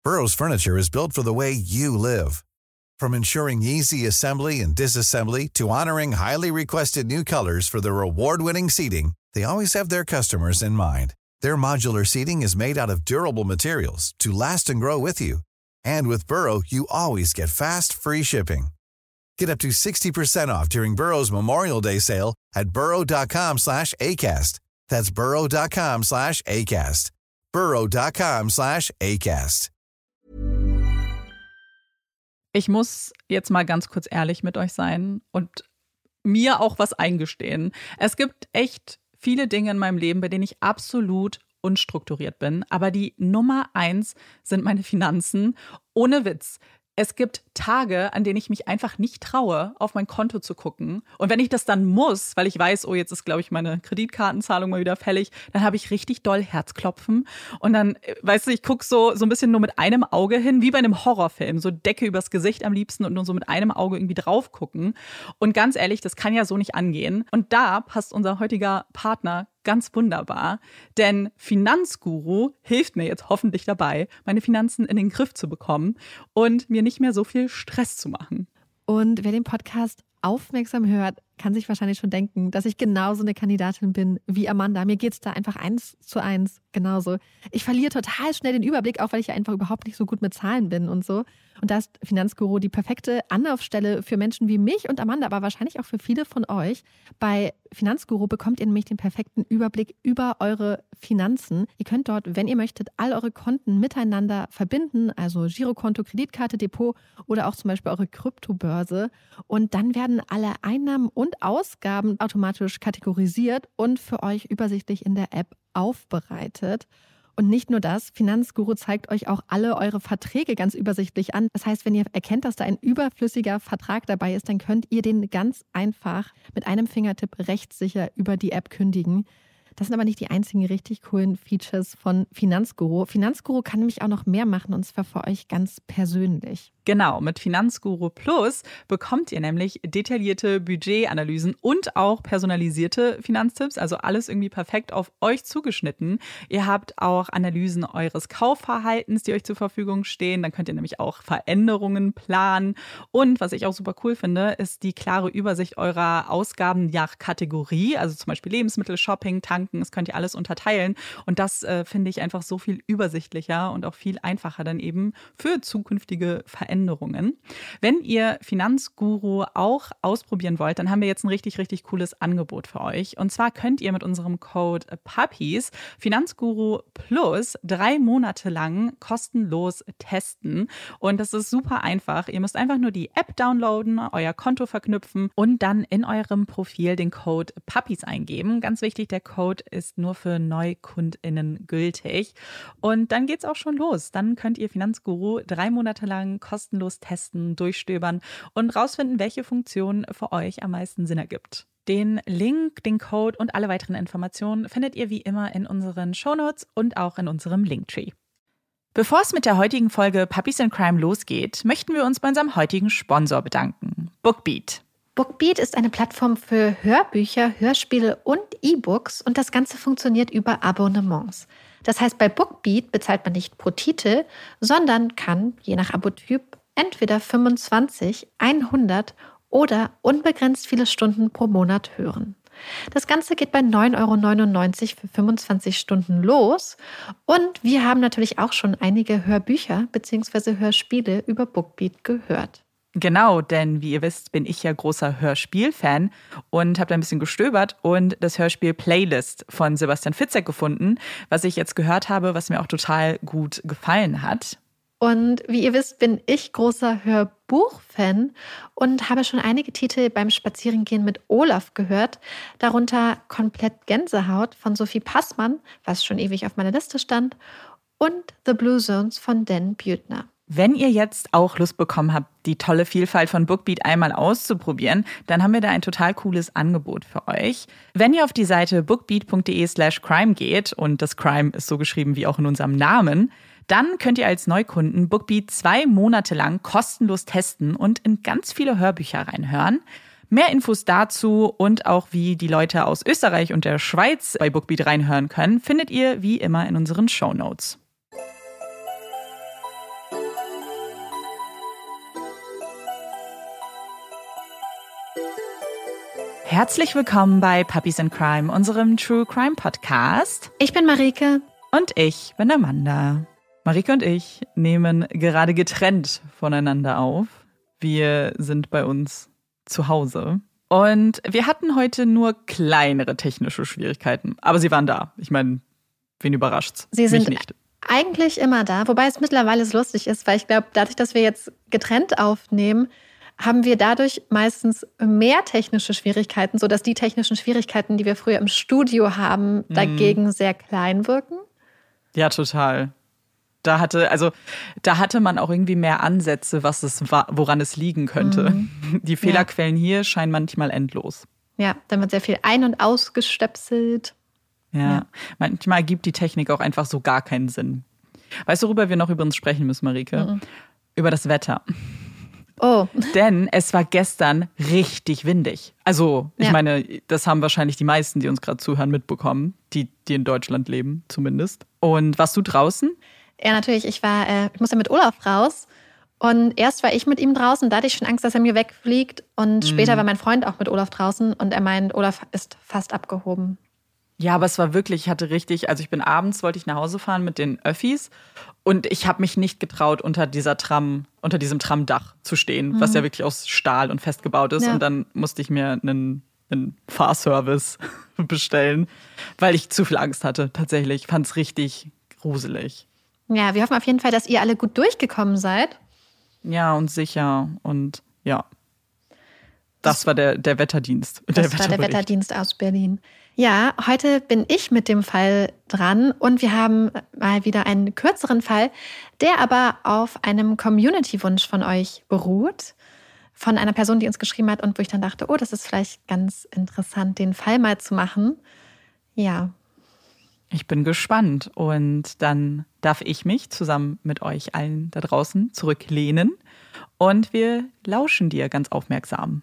Burrow's furniture is built for the way you live. From ensuring easy assembly and disassembly to honoring highly requested new colors for their award-winning seating, they always have their customers in mind. Their modular seating is made out of durable materials to last and grow with you. And with Burrow, you always get fast, free shipping. Get up to 60% off during Burrow's Memorial Day sale at burrow.com/ACAST. That's burrow.com/ACAST. burrow.com/ACAST. Ich muss jetzt mal ganz kurz ehrlich mit euch sein und mir auch was eingestehen. Es gibt echt viele Dinge in meinem Leben, bei denen ich absolut unstrukturiert bin. Aber die Nummer 1 sind meine Finanzen. Ohne Witz. Es gibt Tage, an denen ich mich einfach nicht traue, auf mein Konto zu gucken. Und wenn ich das dann muss, weil ich weiß, oh, jetzt ist, glaube ich, meine Kreditkartenzahlung mal wieder fällig, dann habe ich richtig doll Herzklopfen. Und dann, weißt du, ich gucke so ein bisschen nur mit einem Auge hin, wie bei einem Horrorfilm. So Decke übers Gesicht am liebsten und nur so mit einem Auge irgendwie drauf gucken. Und ganz ehrlich, das kann ja so nicht angehen. Und da passt unser heutiger Partner ganz wunderbar, denn Finanzguru hilft mir jetzt hoffentlich dabei, meine Finanzen in den Griff zu bekommen und mir nicht mehr so viel Stress zu machen. Und wer den Podcast aufmerksam hört, kann sich wahrscheinlich schon denken, dass ich genauso eine Kandidatin bin wie Amanda. Mir geht's da einfach 1:1 genauso. Ich verliere total schnell den Überblick, auch weil ich ja einfach überhaupt nicht so gut mit Zahlen bin und so. Und da ist Finanzguru die perfekte Anlaufstelle für Menschen wie mich und Amanda, aber wahrscheinlich auch für viele von euch. Bei Finanzguru bekommt ihr nämlich den perfekten Überblick über eure Finanzen. Ihr könnt dort, wenn ihr möchtet, all eure Konten miteinander verbinden, also Girokonto, Kreditkarte, Depot oder auch zum Beispiel eure Kryptobörse. Und dann werden alle Einnahmen und Ausgaben automatisch kategorisiert und für euch übersichtlich in der App aufbereitet. Und nicht nur das, Finanzguru zeigt euch auch alle eure Verträge ganz übersichtlich an. Das heißt, wenn ihr erkennt, dass da ein überflüssiger Vertrag dabei ist, dann könnt ihr den ganz einfach mit einem Fingertipp rechtssicher über die App kündigen. Das sind aber nicht die einzigen richtig coolen Features von Finanzguru. Finanzguru kann nämlich auch noch mehr machen, und zwar für euch ganz persönlich. Genau, mit Finanzguru Plus bekommt ihr nämlich detaillierte Budgetanalysen und auch personalisierte Finanztipps, also alles irgendwie perfekt auf euch zugeschnitten. Ihr habt auch Analysen eures Kaufverhaltens, die euch zur Verfügung stehen. Dann könnt ihr nämlich auch Veränderungen planen. Und was ich auch super cool finde, ist die klare Übersicht eurer Ausgaben nach Kategorie, also zum Beispiel Lebensmittel, Shopping, Tanken, das könnt ihr alles unterteilen. Und das finde ich einfach so viel übersichtlicher und auch viel einfacher dann eben für zukünftige Veränderungen. Wenn ihr Finanzguru auch ausprobieren wollt, dann haben wir jetzt ein richtig, richtig cooles Angebot für euch. Und zwar könnt ihr mit unserem Code PUPPIES Finanzguru Plus 3 Monate lang kostenlos testen. Und das ist super einfach. Ihr müsst einfach nur die App downloaden, euer Konto verknüpfen und dann in eurem Profil den Code PUPPIES eingeben. Ganz wichtig, der Code ist nur für NeukundInnen gültig. Und dann geht's auch schon los. Dann könnt ihr Finanzguru 3 Monate lang kostenlos testen, durchstöbern und rausfinden, welche Funktion für euch am meisten Sinn ergibt. Den Link, den Code und alle weiteren Informationen findet ihr wie immer in unseren Shownotes und auch in unserem Linktree. Bevor es mit der heutigen Folge Puppies in Crime losgeht, möchten wir uns bei unserem heutigen Sponsor bedanken, Bookbeat. Bookbeat ist eine Plattform für Hörbücher, Hörspiele und E-Books und das Ganze funktioniert über Abonnements. Das heißt, bei Bookbeat bezahlt man nicht pro Titel, sondern kann, je nach Abotyp, entweder 25, 100 oder unbegrenzt viele Stunden pro Monat hören. Das Ganze geht bei 9,99 € für 25 Stunden los und wir haben natürlich auch schon einige Hörbücher bzw. Hörspiele über Bookbeat gehört. Genau, denn wie ihr wisst, bin ich ja großer Hörspiel-Fan und habe da ein bisschen gestöbert und das Hörspiel Playlist von Sebastian Fitzek gefunden, was ich jetzt gehört habe, was mir auch total gut gefallen hat. Und wie ihr wisst, bin ich großer Hörbuch-Fan und habe schon einige Titel beim Spazierengehen mit Olaf gehört, darunter Komplett Gänsehaut von Sophie Passmann, was schon ewig auf meiner Liste stand, und The Blue Zones von Dan Buettner. Wenn ihr jetzt auch Lust bekommen habt, die tolle Vielfalt von Bookbeat einmal auszuprobieren, dann haben wir da ein total cooles Angebot für euch. Wenn ihr auf die Seite bookbeat.de/crime geht, und das Crime ist so geschrieben wie auch in unserem Namen, dann könnt ihr als Neukunden Bookbeat 2 Monate lang kostenlos testen und in ganz viele Hörbücher reinhören. Mehr Infos dazu und auch wie die Leute aus Österreich und der Schweiz bei Bookbeat reinhören können, findet ihr wie immer in unseren Shownotes. Herzlich willkommen bei Puppies in Crime, unserem True Crime Podcast. Ich bin Marike. Und ich bin Amanda. Marike und ich nehmen gerade getrennt voneinander auf. Wir sind bei uns zu Hause. Und wir hatten heute nur kleinere technische Schwierigkeiten. Aber sie waren da. Ich meine, wen überrascht's? Sie sind Mich nicht. Eigentlich immer da, wobei es mittlerweile so lustig ist, weil ich glaube, dadurch, dass wir jetzt getrennt aufnehmen, haben wir dadurch meistens mehr technische Schwierigkeiten, sodass die technischen Schwierigkeiten, die wir früher im Studio haben, dagegen sehr klein wirken. Ja, total. Da hatte man auch irgendwie mehr Ansätze, was es war, woran es liegen könnte. Die Fehlerquellen hier scheinen manchmal endlos. Ja, dann wird sehr viel ein- und ausgestöpselt. Ja, manchmal gibt die Technik auch einfach so gar keinen Sinn. Weißt du, worüber wir noch übrigens sprechen müssen, Marike? Über das Wetter. Oh. Denn es war gestern richtig windig. Also, ich meine, das haben wahrscheinlich die meisten, die uns gerade zuhören, mitbekommen. Die in Deutschland leben, zumindest. Und warst du draußen? Ja, natürlich. Ich musste mit Olaf raus. Und erst war ich mit ihm draußen. Da hatte ich schon Angst, dass er mir wegfliegt. Und später war mein Freund auch mit Olaf draußen. Und er meint, Olaf ist fast abgehoben. Ja, aber es war wirklich, ich bin abends, wollte ich nach Hause fahren mit den Öffis und ich habe mich nicht getraut, unter diesem Tramdach zu stehen, was ja wirklich aus Stahl und festgebaut ist. Ja. Und dann musste ich mir einen Fahrservice bestellen, weil ich zu viel Angst hatte, tatsächlich. Ich fand es richtig gruselig. Ja, wir hoffen auf jeden Fall, dass ihr alle gut durchgekommen seid. Ja, und sicher und ja. Das war der Wetterdienst. Das war der Wetterdienst aus Berlin. Ja, heute bin ich mit dem Fall dran und wir haben mal wieder einen kürzeren Fall, der aber auf einem Community-Wunsch von euch beruht. Von einer Person, die uns geschrieben hat und wo ich dann dachte, oh, das ist vielleicht ganz interessant, den Fall mal zu machen. Ja. Ich bin gespannt und dann darf ich mich zusammen mit euch allen da draußen zurücklehnen und wir lauschen dir ganz aufmerksam.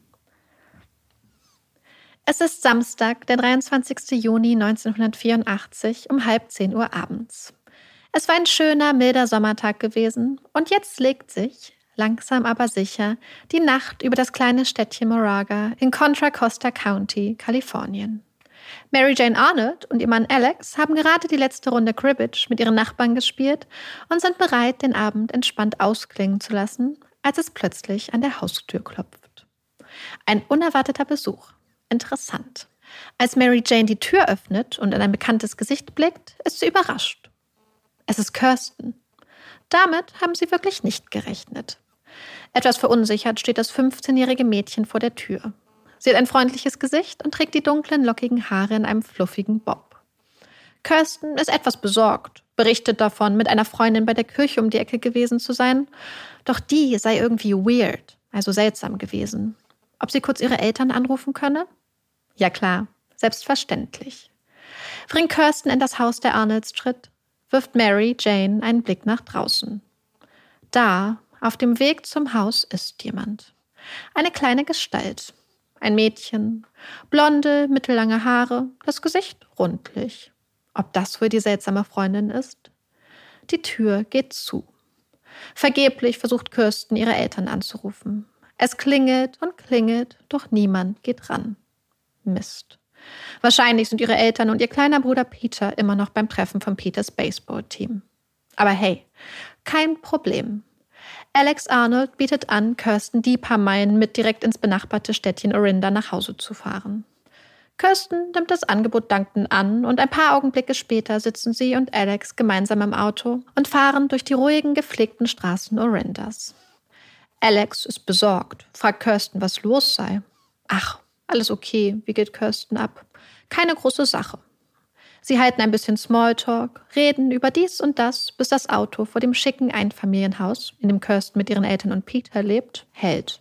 Es ist Samstag, der 23. Juni 1984 um 9:30 Uhr abends. Es war ein schöner, milder Sommertag gewesen und jetzt legt sich, langsam aber sicher, die Nacht über das kleine Städtchen Moraga in Contra Costa County, Kalifornien. Mary Jane Arnold und ihr Mann Alex haben gerade die letzte Runde Cribbage mit ihren Nachbarn gespielt und sind bereit, den Abend entspannt ausklingen zu lassen, als es plötzlich an der Haustür klopft. Ein unerwarteter Besuch. Interessant. Als Mary Jane die Tür öffnet und in ein bekanntes Gesicht blickt, ist sie überrascht. Es ist Kirsten. Damit haben sie wirklich nicht gerechnet. Etwas verunsichert steht das 15-jährige Mädchen vor der Tür. Sie hat ein freundliches Gesicht und trägt die dunklen, lockigen Haare in einem fluffigen Bob. Kirsten ist etwas besorgt, berichtet davon, mit einer Freundin bei der Kirche um die Ecke gewesen zu sein. Doch die sei irgendwie weird, also seltsam gewesen. Ob sie kurz ihre Eltern anrufen könne? Ja klar, selbstverständlich. Während Kirsten in das Haus der Arnolds tritt, wirft Mary Jane einen Blick nach draußen. Da, auf dem Weg zum Haus, ist jemand. Eine kleine Gestalt. Ein Mädchen. Blonde, mittellange Haare, das Gesicht rundlich. Ob das wohl die seltsame Freundin ist? Die Tür geht zu. Vergeblich versucht Kirsten, ihre Eltern anzurufen. Es klingelt und klingelt, doch niemand geht ran. Mist. Wahrscheinlich sind ihre Eltern und ihr kleiner Bruder Peter immer noch beim Treffen von Peters Baseballteam. Aber hey, kein Problem. Alex Arnold bietet an, Kirsten die paar Meilen mit direkt ins benachbarte Städtchen Orinda nach Hause zu fahren. Kirsten nimmt das Angebot dankend an und ein paar Augenblicke später sitzen sie und Alex gemeinsam im Auto und fahren durch die ruhigen, gepflegten Straßen Orindas. Alex ist besorgt, fragt Kirsten, was los sei. Ach, alles okay, wie geht Kirsten ab? Keine große Sache. Sie halten ein bisschen Smalltalk, reden über dies und das, bis das Auto vor dem schicken Einfamilienhaus, in dem Kirsten mit ihren Eltern und Peter lebt, hält.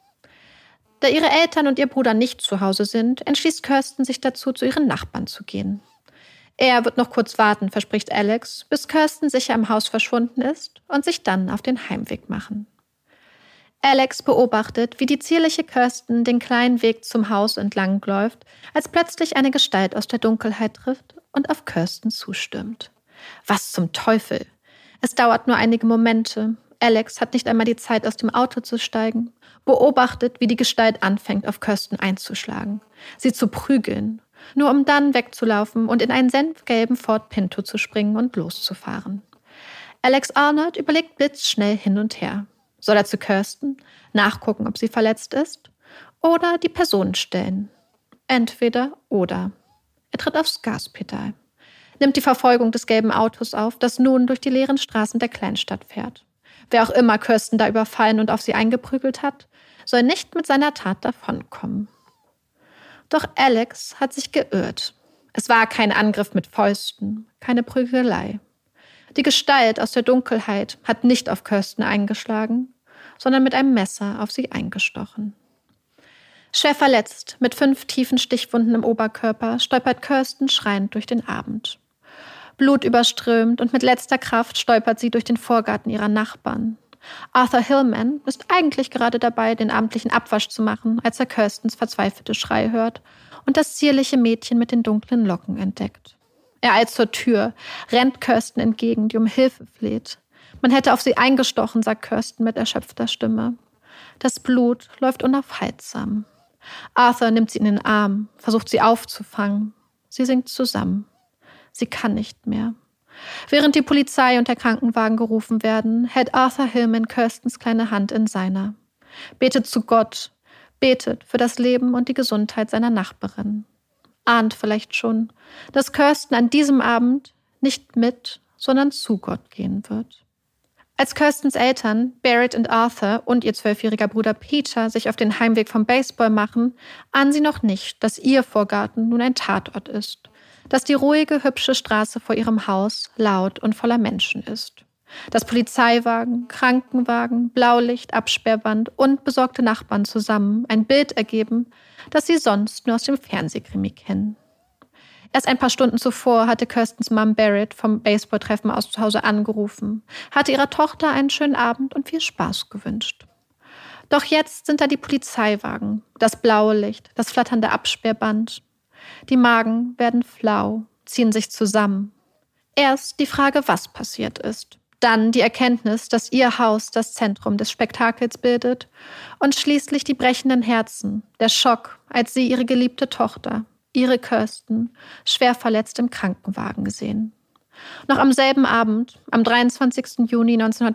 Da ihre Eltern und ihr Bruder nicht zu Hause sind, entschließt Kirsten sich dazu, zu ihren Nachbarn zu gehen. Er wird noch kurz warten, verspricht Alex, bis Kirsten sicher im Haus verschwunden ist und sich dann auf den Heimweg machen. Alex beobachtet, wie die zierliche Kirsten den kleinen Weg zum Haus entlang läuft, als plötzlich eine Gestalt aus der Dunkelheit trifft und auf Kirsten zustürmt. Was zum Teufel? Es dauert nur einige Momente. Alex hat nicht einmal die Zeit, aus dem Auto zu steigen, beobachtet, wie die Gestalt anfängt, auf Kirsten einzuschlagen, sie zu prügeln, nur um dann wegzulaufen und in einen senfgelben Ford Pinto zu springen und loszufahren. Alex Arnold überlegt blitzschnell hin und her. Soll er zu Kirsten, nachgucken, ob sie verletzt ist, oder die Person stellen? Entweder oder. Er tritt aufs Gaspedal, nimmt die Verfolgung des gelben Autos auf, das nun durch die leeren Straßen der Kleinstadt fährt. Wer auch immer Kirsten da überfallen und auf sie eingeprügelt hat, soll nicht mit seiner Tat davonkommen. Doch Alex hat sich geirrt. Es war kein Angriff mit Fäusten, keine Prügelei. Die Gestalt aus der Dunkelheit hat nicht auf Kirsten eingeschlagen, sondern mit einem Messer auf sie eingestochen. Schwer verletzt, mit 5 tiefen Stichwunden im Oberkörper, stolpert Kirsten schreiend durch den Abend. Blutüberströmt und mit letzter Kraft stolpert sie durch den Vorgarten ihrer Nachbarn. Arthur Hillman ist eigentlich gerade dabei, den abendlichen Abwasch zu machen, als er Kirstens verzweifelte Schrei hört und das zierliche Mädchen mit den dunklen Locken entdeckt. Er eilt zur Tür, rennt Kirsten entgegen, die um Hilfe fleht. Man hätte auf sie eingestochen, sagt Kirsten mit erschöpfter Stimme. Das Blut läuft unaufhaltsam. Arthur nimmt sie in den Arm, versucht sie aufzufangen. Sie sinkt zusammen. Sie kann nicht mehr. Während die Polizei und der Krankenwagen gerufen werden, hält Arthur Hillman Kirstens kleine Hand in seiner. Betet zu Gott, betet für das Leben und die Gesundheit seiner Nachbarin. Ahnt vielleicht schon, dass Kirsten an diesem Abend nicht mit, sondern zu Gott gehen wird. Als Kirstens Eltern, Barrett und Arthur und ihr 12-jähriger Bruder Peter sich auf den Heimweg vom Baseball machen, ahnen sie noch nicht, dass ihr Vorgarten nun ein Tatort ist, dass die ruhige, hübsche Straße vor ihrem Haus laut und voller Menschen ist, dass Polizeiwagen, Krankenwagen, Blaulicht, Absperrband und besorgte Nachbarn zusammen ein Bild ergeben, das sie sonst nur aus dem Fernsehkrimi kennen. Erst ein paar Stunden zuvor hatte Kirstens Mom Barrett vom Baseballtreffen aus zu Hause angerufen, hatte ihrer Tochter einen schönen Abend und viel Spaß gewünscht. Doch jetzt sind da die Polizeiwagen, das blaue Licht, das flatternde Absperrband. Die Magen werden flau, ziehen sich zusammen. Erst die Frage, was passiert ist. Dann die Erkenntnis, dass ihr Haus das Zentrum des Spektakels bildet. Und schließlich die brechenden Herzen, der Schock, als sie ihre geliebte Tochter, ihre Kirsten, schwer verletzt im Krankenwagen gesehen. Noch am selben Abend, am 23. Juni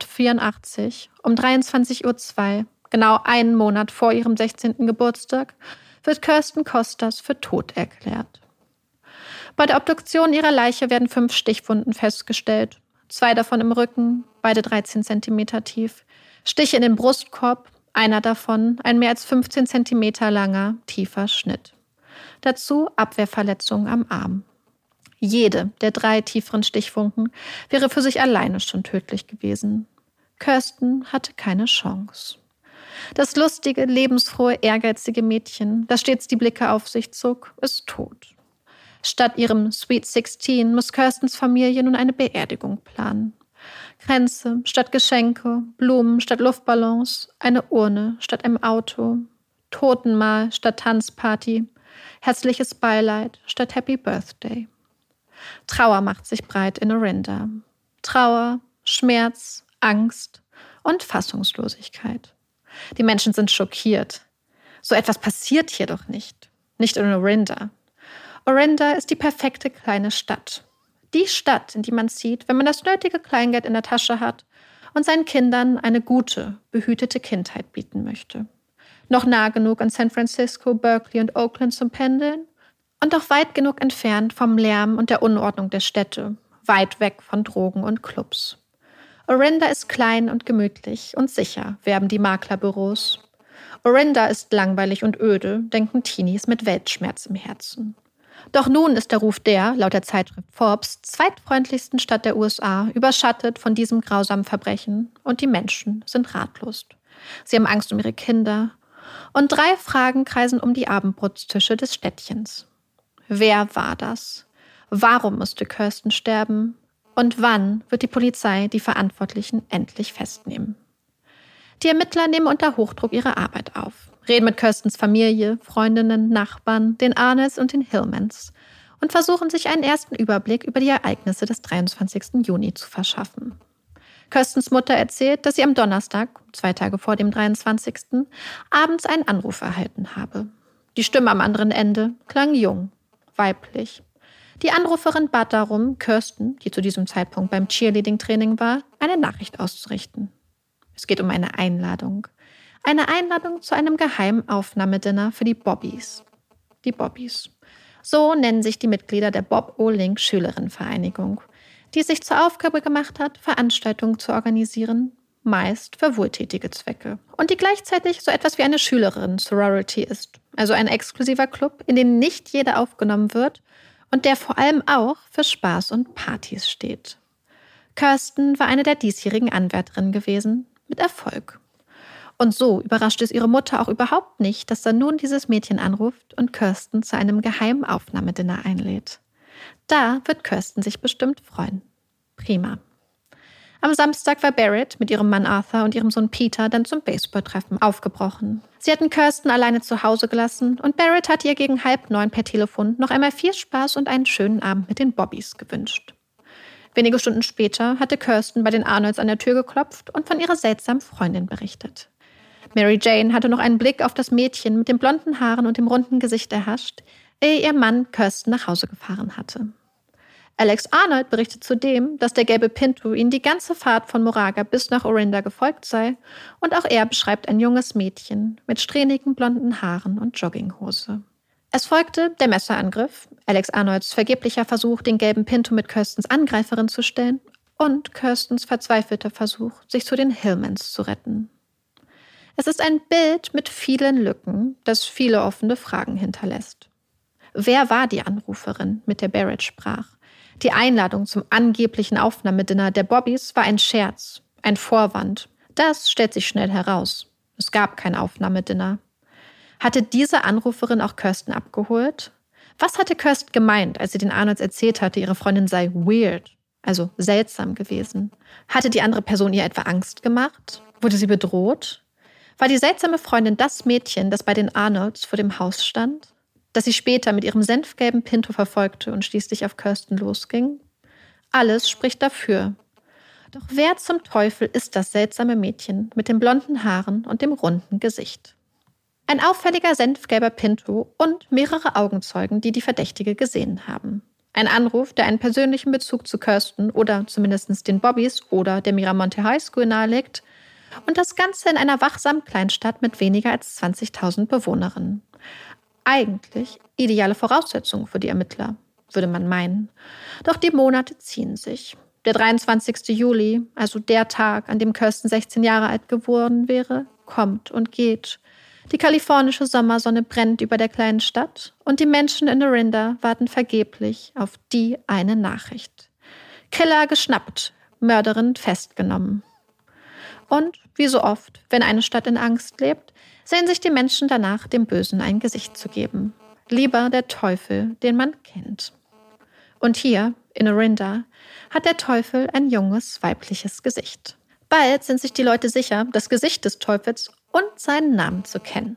1984, um 23:02 Uhr, genau einen Monat vor ihrem 16. Geburtstag, wird Kirsten Costas für tot erklärt. Bei der Obduktion ihrer Leiche werden 5 Stichwunden festgestellt, 2 davon im Rücken, beide 13 Zentimeter tief, Stiche in den Brustkorb, einer davon ein mehr als 15 Zentimeter langer, tiefer Schnitt. Dazu Abwehrverletzungen am Arm. Jede der 3 tieferen Stichwunden wäre für sich alleine schon tödlich gewesen. Kirsten hatte keine Chance. Das lustige, lebensfrohe, ehrgeizige Mädchen, das stets die Blicke auf sich zog, ist tot. Statt ihrem Sweet 16 muss Kirstens Familie nun eine Beerdigung planen. Kränze statt Geschenke, Blumen statt Luftballons, eine Urne statt einem Auto, Totenmahl statt Tanzparty, herzliches Beileid statt Happy Birthday. Trauer macht sich breit in Orinda. Trauer, Schmerz, Angst und Fassungslosigkeit. Die Menschen sind schockiert. So etwas passiert hier doch nicht. Nicht in Orinda. Orinda ist die perfekte kleine Stadt. Die Stadt, in die man zieht, wenn man das nötige Kleingeld in der Tasche hat und seinen Kindern eine gute, behütete Kindheit bieten möchte. Noch nah genug an San Francisco, Berkeley und Oakland zum Pendeln und auch weit genug entfernt vom Lärm und der Unordnung der Städte, weit weg von Drogen und Clubs. Orinda ist klein und gemütlich und sicher, werben die Maklerbüros. Orinda ist langweilig und öde, denken Teenies mit Weltschmerz im Herzen. Doch nun ist der Ruf der, laut der Zeitschrift Forbes, zweitfreundlichsten Stadt der USA überschattet von diesem grausamen Verbrechen und die Menschen sind ratlos. Sie haben Angst um ihre Kinder und 3 Fragen kreisen um die Abendbrotstische des Städtchens. Wer war das? Warum musste Kirsten sterben? Und wann wird die Polizei die Verantwortlichen endlich festnehmen? Die Ermittler nehmen unter Hochdruck ihre Arbeit auf, reden mit Kirstens Familie, Freundinnen, Nachbarn, den Arnolds und den Hillmans und versuchen sich einen ersten Überblick über die Ereignisse des 23. Juni zu verschaffen. Kirstens Mutter erzählt, dass sie am Donnerstag, 2 Tage vor dem 23., abends einen Anruf erhalten habe. Die Stimme am anderen Ende klang jung, weiblich. Die Anruferin bat darum, Kirsten, die zu diesem Zeitpunkt beim Cheerleading-Training war, eine Nachricht auszurichten. Es geht um eine Einladung. Eine Einladung zu einem geheimen Aufnahmedinner für die Bobbys. Die Bobbys. So nennen sich die Mitglieder der Bob O. Link Schülerinnenvereinigung, die sich zur Aufgabe gemacht hat, Veranstaltungen zu organisieren, meist für wohltätige Zwecke. Und die gleichzeitig so etwas wie eine Schülerinnen-Sorority ist, also ein exklusiver Club, in den nicht jeder aufgenommen wird und der vor allem auch für Spaß und Partys steht. Kirsten war eine der diesjährigen Anwärterinnen gewesen, mit Erfolg. Und so überrascht es ihre Mutter auch überhaupt nicht, dass dann nun dieses Mädchen anruft und Kirsten zu einem geheimen Aufnahmedinner einlädt. Da wird Kirsten sich bestimmt freuen. Prima. Am Samstag war Barrett mit ihrem Mann Arthur und ihrem Sohn Peter dann zum Baseballtreffen aufgebrochen. Sie hatten Kirsten alleine zu Hause gelassen und Barrett hatte ihr gegen 8:30 per Telefon noch einmal viel Spaß und einen schönen Abend mit den Bobbys gewünscht. Wenige Stunden später hatte Kirsten bei den Arnolds an der Tür geklopft und von ihrer seltsamen Freundin berichtet. Mary Jane hatte noch einen Blick auf das Mädchen mit den blonden Haaren und dem runden Gesicht erhascht, ehe ihr Mann Kirsten nach Hause gefahren hatte. Alex Arnold berichtet zudem, dass der gelbe Pinto ihnen die ganze Fahrt von Moraga bis nach Orinda gefolgt sei und auch er beschreibt ein junges Mädchen mit strähnigen blonden Haaren und Jogginghose. Es folgte der Messerangriff, Alex Arnolds vergeblicher Versuch, den gelben Pinto mit Kirstens Angreiferin zu stellen und Kirstens verzweifelter Versuch, sich zu den Hillmans zu retten. Es ist ein Bild mit vielen Lücken, das viele offene Fragen hinterlässt. Wer war die Anruferin, mit der Barrett sprach? Die Einladung zum angeblichen Aufnahmedinner der Bobbys war ein Scherz, ein Vorwand. Das stellt sich schnell heraus. Es gab kein Aufnahmedinner. Hatte diese Anruferin auch Kirsten abgeholt? Was hatte Kirsten gemeint, als sie den Arnolds erzählt hatte, ihre Freundin sei weird, also seltsam gewesen? Hatte die andere Person ihr etwa Angst gemacht? Wurde sie bedroht? War die seltsame Freundin das Mädchen, das bei den Arnolds vor dem Haus stand? Das sie später mit ihrem senfgelben Pinto verfolgte und schließlich auf Kirsten losging? Alles spricht dafür. Doch wer zum Teufel ist das seltsame Mädchen mit den blonden Haaren und dem runden Gesicht? Ein auffälliger senfgelber Pinto und mehrere Augenzeugen, die die Verdächtige gesehen haben. Ein Anruf, der einen persönlichen Bezug zu Kirsten oder zumindest den Bobbys oder der Miramonte High School nahelegt. Und das Ganze in einer wachsamen Kleinstadt mit weniger als 20.000 Bewohnerinnen. Eigentlich ideale Voraussetzungen für die Ermittler, würde man meinen. Doch die Monate ziehen sich. Der 23. Juli, also der Tag, an dem Kirsten 16 Jahre alt geworden wäre, kommt und geht. Die kalifornische Sommersonne brennt über der kleinen Stadt und die Menschen in Orinda warten vergeblich auf die eine Nachricht. Killer geschnappt, Mörderin festgenommen. Und, wie so oft, wenn eine Stadt in Angst lebt, sehen sich die Menschen danach, dem Bösen ein Gesicht zu geben. Lieber der Teufel, den man kennt. Und hier, in Orinda, hat der Teufel ein junges, weibliches Gesicht. Bald sind sich die Leute sicher, das Gesicht des Teufels und seinen Namen zu kennen.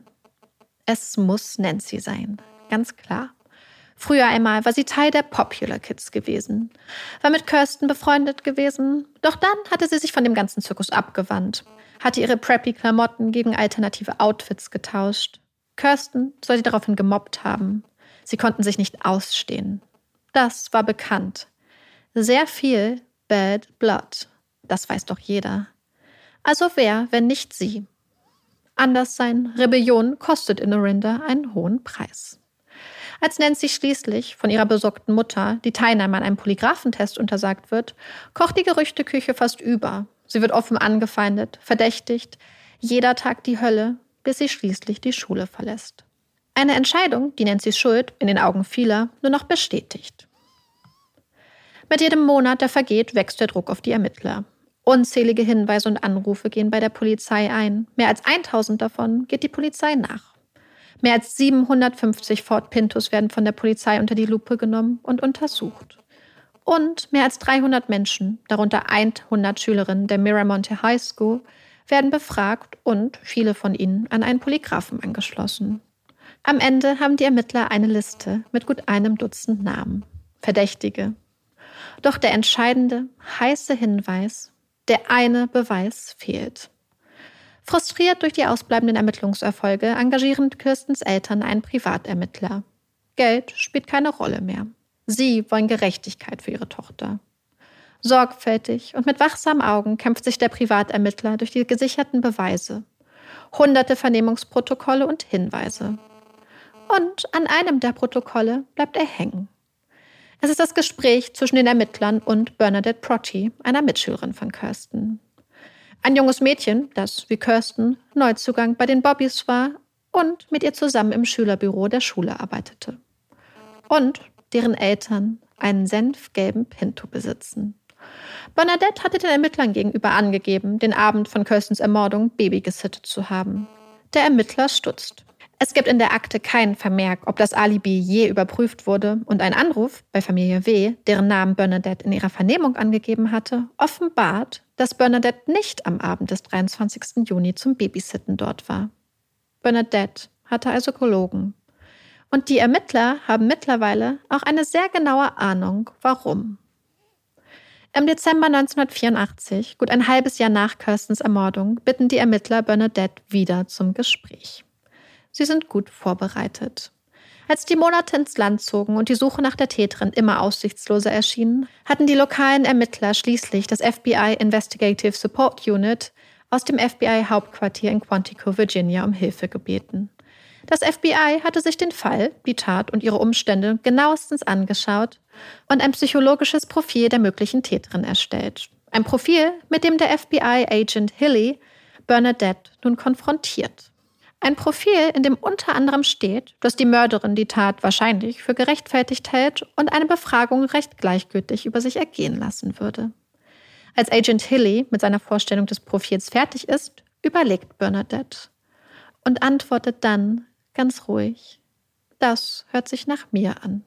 Es muss Nancy sein, ganz klar. Früher einmal war sie Teil der Popular Kids gewesen, war mit Kirsten befreundet gewesen, doch dann hatte sie sich von dem ganzen Zirkus abgewandt, hatte ihre Preppy-Klamotten gegen alternative Outfits getauscht. Kirsten soll sie daraufhin gemobbt haben. Sie konnten sich nicht ausstehen. Das war bekannt. Sehr viel Bad Blood. Das weiß doch jeder. Also wer, wenn nicht sie? Anderssein, Rebellion kostet in Orinda einen hohen Preis. Als Nancy schließlich von ihrer besorgten Mutter die Teilnahme an einem Polygraphentest untersagt wird, kocht die Gerüchteküche fast über. Sie wird offen angefeindet, verdächtigt, jeder Tag die Hölle, bis sie schließlich die Schule verlässt. Eine Entscheidung, die Nancy's Schuld in den Augen vieler nur noch bestätigt. Mit jedem Monat, der vergeht, wächst der Druck auf die Ermittler. Unzählige Hinweise und Anrufe gehen bei der Polizei ein. Mehr als 1000 davon geht die Polizei nach. Mehr als 750 Ford Pintos werden von der Polizei unter die Lupe genommen und untersucht. Und mehr als 300 Menschen, darunter 100 Schülerinnen der Miramonte High School, werden befragt und viele von ihnen an einen Polygraphen angeschlossen. Am Ende haben die Ermittler eine Liste mit gut 1 Dutzend Namen. Verdächtige. Doch der entscheidende, heiße Hinweis Der eine Beweis fehlt. Frustriert durch die ausbleibenden Ermittlungserfolge engagieren Kirstens Eltern einen Privatermittler. Geld spielt keine Rolle mehr. Sie wollen Gerechtigkeit für ihre Tochter. Sorgfältig und mit wachsamen Augen kämpft sich der Privatermittler durch die gesicherten Beweise. Hunderte Vernehmungsprotokolle und Hinweise. Und an einem der Protokolle bleibt er hängen. Es ist das Gespräch zwischen den Ermittlern und Bernadette Proti, einer Mitschülerin von Kirsten. Ein junges Mädchen, das wie Kirsten Neuzugang bei den Bobbys war und mit ihr zusammen im Schülerbüro der Schule arbeitete. Und deren Eltern einen senfgelben Pinto besitzen. Bernadette hatte den Ermittlern gegenüber angegeben, den Abend von Kirstens Ermordung Baby gesittet zu haben. Der Ermittler stutzt. Es gibt in der Akte keinen Vermerk, ob das Alibi je überprüft wurde, und ein Anruf bei Familie W., deren Namen Bernadette in ihrer Vernehmung angegeben hatte, offenbart, dass Bernadette nicht am Abend des 23. Juni zum Babysitten dort war. Bernadette hatte also gelogen. Und die Ermittler haben mittlerweile auch eine sehr genaue Ahnung, warum. Im Dezember 1984, gut ein halbes Jahr nach Kirstens Ermordung, bitten die Ermittler Bernadette wieder zum Gespräch. Sie sind gut vorbereitet. Als die Monate ins Land zogen und die Suche nach der Täterin immer aussichtsloser erschien, hatten die lokalen Ermittler schließlich das FBI Investigative Support Unit aus dem FBI-Hauptquartier in Quantico, Virginia, um Hilfe gebeten. Das FBI hatte sich den Fall, die Tat und ihre Umstände genauestens angeschaut und ein psychologisches Profil der möglichen Täterin erstellt. Ein Profil, mit dem der FBI-Agent Hilly Bernadette nun konfrontiert. Ein Profil, in dem unter anderem steht, dass die Mörderin die Tat wahrscheinlich für gerechtfertigt hält und eine Befragung recht gleichgültig über sich ergehen lassen würde. Als Agent Hilly mit seiner Vorstellung des Profils fertig ist, überlegt Bernadette und antwortet dann ganz ruhig: Das hört sich nach mir an.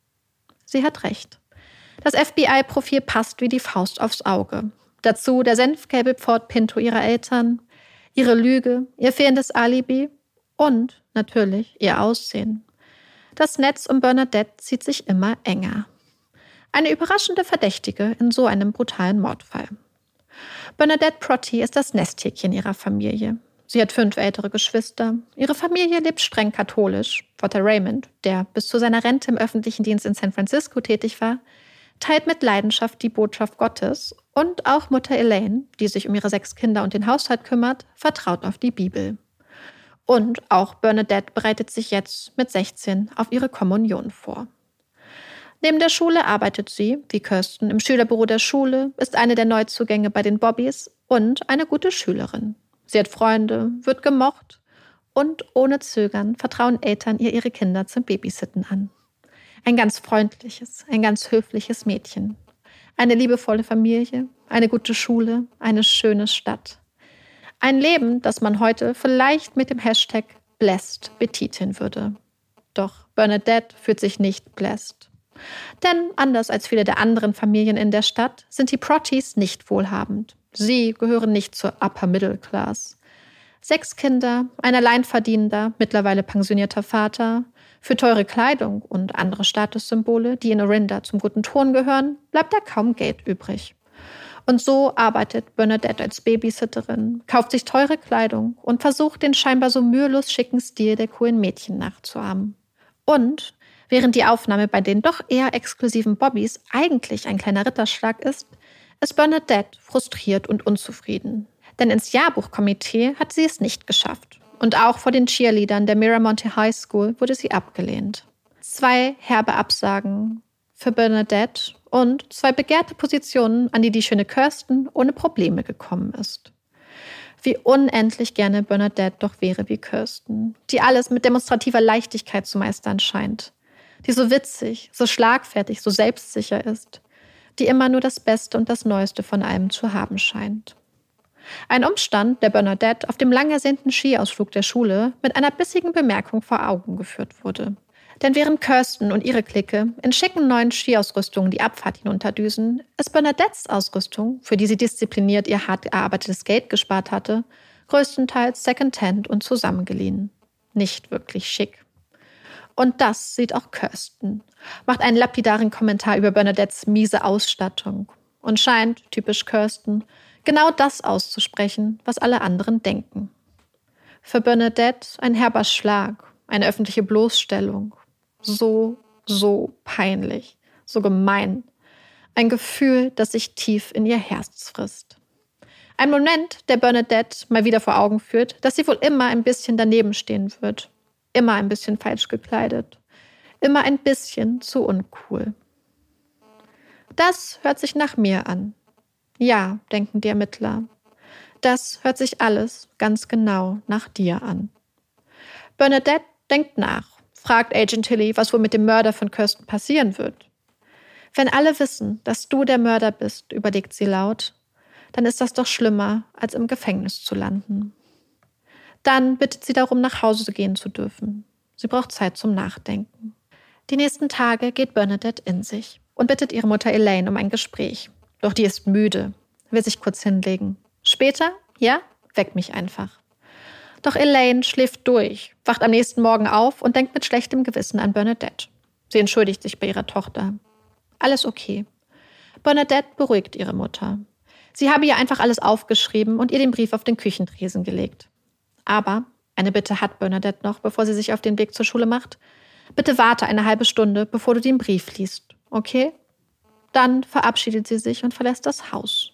Sie hat recht. Das FBI-Profil passt wie die Faust aufs Auge. Dazu der senfgelbe Ford Pinto ihrer Eltern, ihre Lüge, ihr fehlendes Alibi und natürlich ihr Aussehen. Das Netz um Bernadette zieht sich immer enger. Eine überraschende Verdächtige in so einem brutalen Mordfall. Bernadette Proti ist das Nesthäkchen ihrer Familie. Sie hat 5 ältere Geschwister. Ihre Familie lebt streng katholisch. Vater Raymond, der bis zu seiner Rente im öffentlichen Dienst in San Francisco tätig war, teilt mit Leidenschaft die Botschaft Gottes, und auch Mutter Elaine, die sich um ihre 6 Kinder und den Haushalt kümmert, vertraut auf die Bibel. Und auch Bernadette bereitet sich jetzt mit 16 auf ihre Kommunion vor. Neben der Schule arbeitet sie, wie Kirsten, im Schülerbüro der Schule, ist eine der Neuzugänge bei den Bobbys und eine gute Schülerin. Sie hat Freunde, wird gemocht und ohne Zögern vertrauen Eltern ihr ihre Kinder zum Babysitten an. Ein ganz freundliches, ein ganz höfliches Mädchen. Eine liebevolle Familie, eine gute Schule, eine schöne Stadt. Ein Leben, das man heute vielleicht mit dem Hashtag blessed betiteln würde. Doch Bernadette fühlt sich nicht blessed. Denn anders als viele der anderen Familien in der Stadt sind die Protis nicht wohlhabend. Sie gehören nicht zur Upper Middle Class. 6 Kinder, ein alleinverdienender, mittlerweile pensionierter Vater. Für teure Kleidung und andere Statussymbole, die in Orinda zum guten Ton gehören, bleibt da kaum Geld übrig. Und so arbeitet Bernadette als Babysitterin, kauft sich teure Kleidung und versucht, den scheinbar so mühelos schicken Stil der coolen Mädchen nachzuahmen. Und während die Aufnahme bei den doch eher exklusiven Bobbys eigentlich ein kleiner Ritterschlag ist Bernadette frustriert und unzufrieden. Denn ins Jahrbuchkomitee hat sie es nicht geschafft. Und auch vor den Cheerleadern der Miramonte High School wurde sie abgelehnt. 2 herbe Absagen für Bernadette und 2 begehrte Positionen, an die die schöne Kirsten ohne Probleme gekommen ist. Wie unendlich gerne Bernadette doch wäre wie Kirsten, die alles mit demonstrativer Leichtigkeit zu meistern scheint, die so witzig, so schlagfertig, so selbstsicher ist, die immer nur das Beste und das Neueste von allem zu haben scheint. Ein Umstand, der Bernadette auf dem lang ersehnten Skiausflug der Schule mit einer bissigen Bemerkung vor Augen geführt wurde. Denn während Kirsten und ihre Clique in schicken neuen Skiausrüstungen die Abfahrt hinunterdüsen, ist Bernadettes Ausrüstung, für die sie diszipliniert ihr hart erarbeitetes Geld gespart hatte, größtenteils Secondhand und zusammengeliehen. Nicht wirklich schick. Und das sieht auch Kirsten, macht einen lapidaren Kommentar über Bernadettes miese Ausstattung und scheint, typisch Kirsten, Genau das auszusprechen, was alle anderen denken. Für Bernadette ein herber Schlag, eine öffentliche Bloßstellung. So peinlich, so gemein. Ein Gefühl, das sich tief in ihr Herz frisst. Ein Moment, der Bernadette mal wieder vor Augen führt, dass sie wohl immer ein bisschen daneben stehen wird. Immer ein bisschen falsch gekleidet. Immer ein bisschen zu uncool. Das hört sich nach mir an. Ja, denken die Ermittler. Das hört sich alles ganz genau nach dir an. Bernadette denkt nach, fragt Agent Tilly, was wohl mit dem Mörder von Kirsten passieren wird. Wenn alle wissen, dass du der Mörder bist, überlegt sie laut, dann ist das doch schlimmer, als im Gefängnis zu landen. Dann bittet sie darum, nach Hause gehen zu dürfen. Sie braucht Zeit zum Nachdenken. Die nächsten Tage geht Bernadette in sich und bittet ihre Mutter Elaine um ein Gespräch. Doch die ist müde, will sich kurz hinlegen. Später, ja, weck mich einfach. Doch Elaine schläft durch, wacht am nächsten Morgen auf und denkt mit schlechtem Gewissen an Bernadette. Sie entschuldigt sich bei ihrer Tochter. Alles okay. Bernadette beruhigt ihre Mutter. Sie habe ihr einfach alles aufgeschrieben und ihr den Brief auf den Küchentresen gelegt. Aber eine Bitte hat Bernadette noch, bevor sie sich auf den Weg zur Schule macht. Bitte warte eine halbe Stunde, bevor du den Brief liest, okay? Dann verabschiedet sie sich und verlässt das Haus.